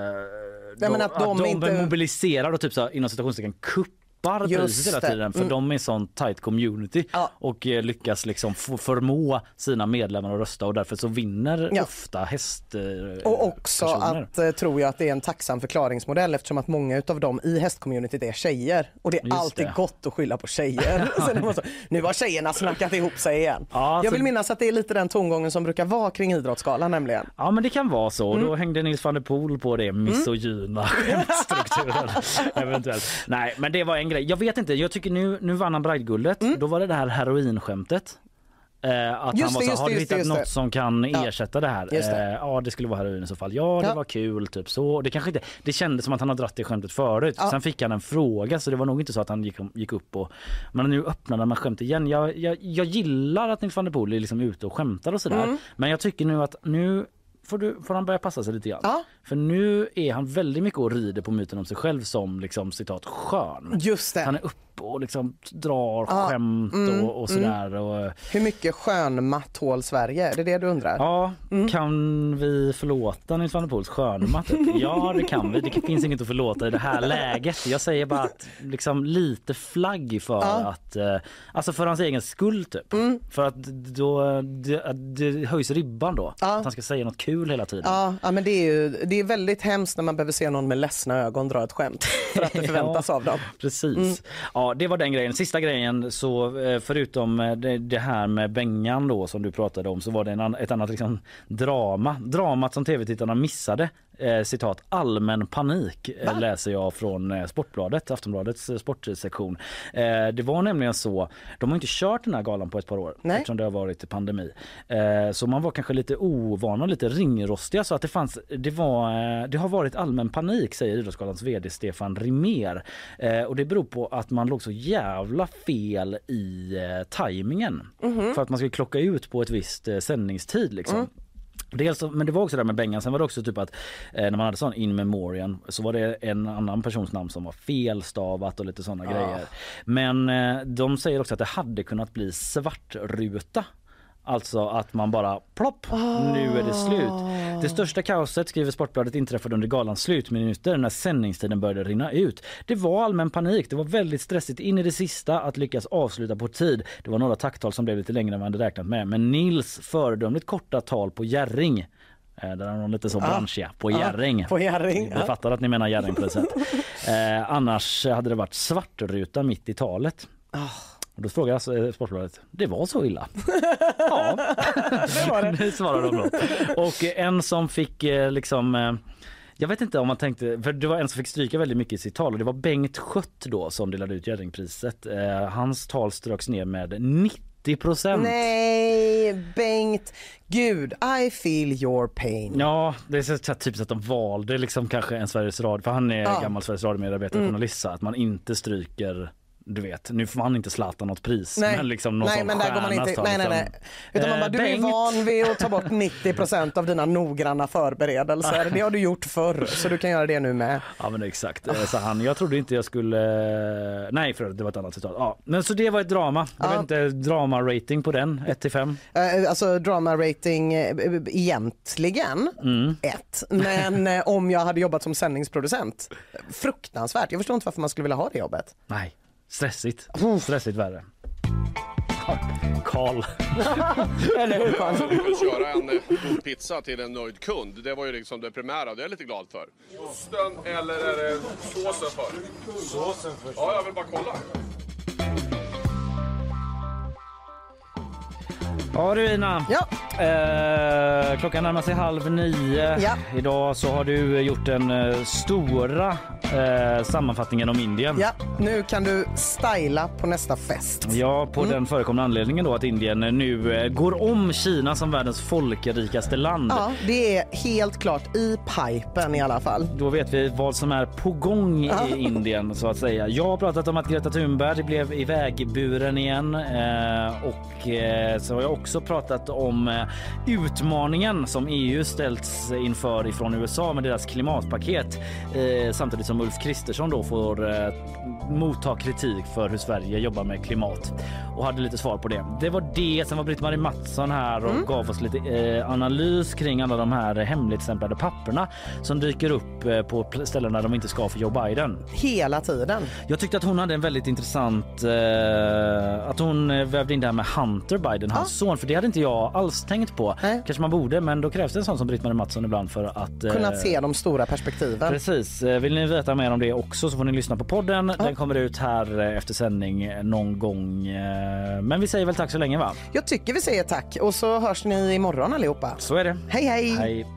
de inte mobiliserar och typ så inom citationstecken priset hela tiden, för de är en sån tight community och lyckas liksom förmå sina medlemmar att rösta, och därför så vinner ofta häst. Och också att tror jag att det är en tacksam förklaringsmodell, eftersom att många av dem i hästcommunityt är tjejer, och det är alltid gott att skylla på tjejer. Nu har tjejerna snackat ihop sig igen. Jag vill minnas att det är lite den tongången som brukar vara kring Idrottsgalan nämligen. Ja, men det kan vara så. Då hängde Nils van der Poel på det misogyna skämtstrukturen eventuellt. Nej, men det var en grej. Jag vet inte, jag tycker nu vann han Bragdguldet. Då var det här heroinskämtet. Att han har hittat något som kan ersätta det här. Ja, det skulle vara heroin i så fall. Ja, det var kul typ så. Det kanske inte, det kändes som att han har dratt det skämtet förut. Sen fick han en fråga, så det var nog inte så att han gick upp och, men nu öppnade man skämt igen. Jag gillar att Nils van der Poel är liksom ute och skämtar och sådär. Men jag tycker nu att får han börja passa sig lite grann. För nu är han väldigt mycket och rider på myten om sig själv som liksom citat skön. Just det. Han är uppe och liksom drar skämt och sådär. Och... Hur mycket skönmatt tål Sverige? Det är det du undrar? Ja, kan vi förlåta Nils van der Poels skönmatt? Ja, det kan vi. Det finns inget att förlåta i det här läget. Jag säger bara att liksom lite flagg för att alltså för hans egen skull typ. För att då det höjs ribban då. Att han ska säga något kul hela tiden. Ja, men det är väldigt hemskt när man behöver se någon med ledsna ögon dra ett skämt för att det förväntas av dem. Precis. Ja, det var den grejen. Sista grejen, så förutom det här med Bengan då som du pratade om, så var det ett annat liksom dramat som tv-tittarna missade. Citat, allmän panik läser jag från Sportbladet, Aftonbladets sportsektion. Det var nämligen så, de har inte kört den här galan på ett par år eftersom det har varit pandemi. Så man var kanske lite ovan och lite ringrostiga, så att det har varit allmän panik, säger Idrottsgalans vd Stefan Rimér. Och det beror på att man låg så jävla fel i tajmingen för att man skulle klocka ut på ett visst sändningstid liksom. Dels, men det var också där med Bengan. Sen var det också typ att när man hade sån in memoriam så var det en annan persons namn som var felstavat och lite sådana grejer. Men de säger också att det hade kunnat bli svartruta. Alltså att man bara plopp, nu är det slut. Det största kaoset, skriver Sportbladet, inträffade under galans slutminuter när sändningstiden började rinna ut. Det var allmän panik. Det var väldigt stressigt in i det sista att lyckas avsluta på tid. Det var några tacktal som blev lite längre än man hade räknat med. Men Nils föredömligt korta tal på Jerring. Där är någon lite så branschig. På Jerring. På Jerring. Jag fattar att ni menar Jerring på det sättet. Annars hade det varit svartruta mitt i talet. Och då frågar jag Sportbladet, det var så illa? Ja, det var det. Det svarar de då. Och en som fick liksom... Jag vet inte om man tänkte, för det var en som fick stryka väldigt mycket i sitt tal, och det var Bengt Schött då som delade ut Jerringpriset. Hans tal ströks ner med 90%. Nej, Bengt. Gud, I feel your pain. Ja, det är så typiskt att de valde liksom kanske en Sveriges Radio, för han är gammal Sveriges Radio-medarbetare och journalist, att man inte stryker... Du vet, nu får man inte Zlatan något pris. Nej. Men liksom någon men där går man inte. Nej. Utan man bara, du är van vid att ta bort 90% av dina noggranna förberedelser. Det har du gjort förr, så du kan göra det nu med. Ja, men exakt. Så jag trodde inte jag skulle... Nej, för det var ett annat citat. Ja, men så det var ett drama. Det var inte drama-rating på den, 1-5. Alltså drama-rating egentligen 1. Men om jag hade jobbat som sändningsproducent, fruktansvärt. Jag förstår inte varför man skulle vilja ha det jobbet. Nej. Stressigt värre. Karl. Eller hur, Karl? Jag vill köra en god pizza till en nöjd kund. Det var ju liksom det primära, det är jag lite glad för. Osten eller är det såsen för? Såsen för. Ja, jag vill bara kolla. Ja du Ina, klockan närmar sig 8:30. Ja. Idag så har du gjort den stora sammanfattningen om Indien. Ja, nu kan du styla på nästa fest. Ja, på den förekommande anledningen då att Indien nu går om Kina som världens folkrikaste land. Ja, det är helt klart i pipen i alla fall. Då vet vi vad som är på gång i Indien så att säga. Jag har pratat om att Greta Thunberg blev ivägburen igen och så har jag också pratat om utmaningen som EU ställts inför ifrån USA med deras klimatpaket samtidigt som Ulf Kristersson då får motta kritik för hur Sverige jobbar med klimat och hade lite svar på det. Det var det. Sen var Britt-Marie Mattsson här och gav oss lite analys kring alla de här hemligstämplade papperna som dyker upp på ställen där de inte ska för Joe Biden. Hela tiden. Jag tyckte att hon hade en väldigt intressant att hon vävde in det här med Hunter Biden, hans son, för det hade inte jag alls tänkt på. Kanske man borde, men då krävs det en sån som Britt-Marie Mattsson ibland för att kunna se de stora perspektiven. Precis. Vill ni veta mer om det också så får ni lyssna på podden. Den kommer ut här efter sändning någon gång. Men vi säger väl tack så länge, va? Jag tycker vi säger tack och så hörs ni imorgon allihopa. Så är det. Hej hej! Hej.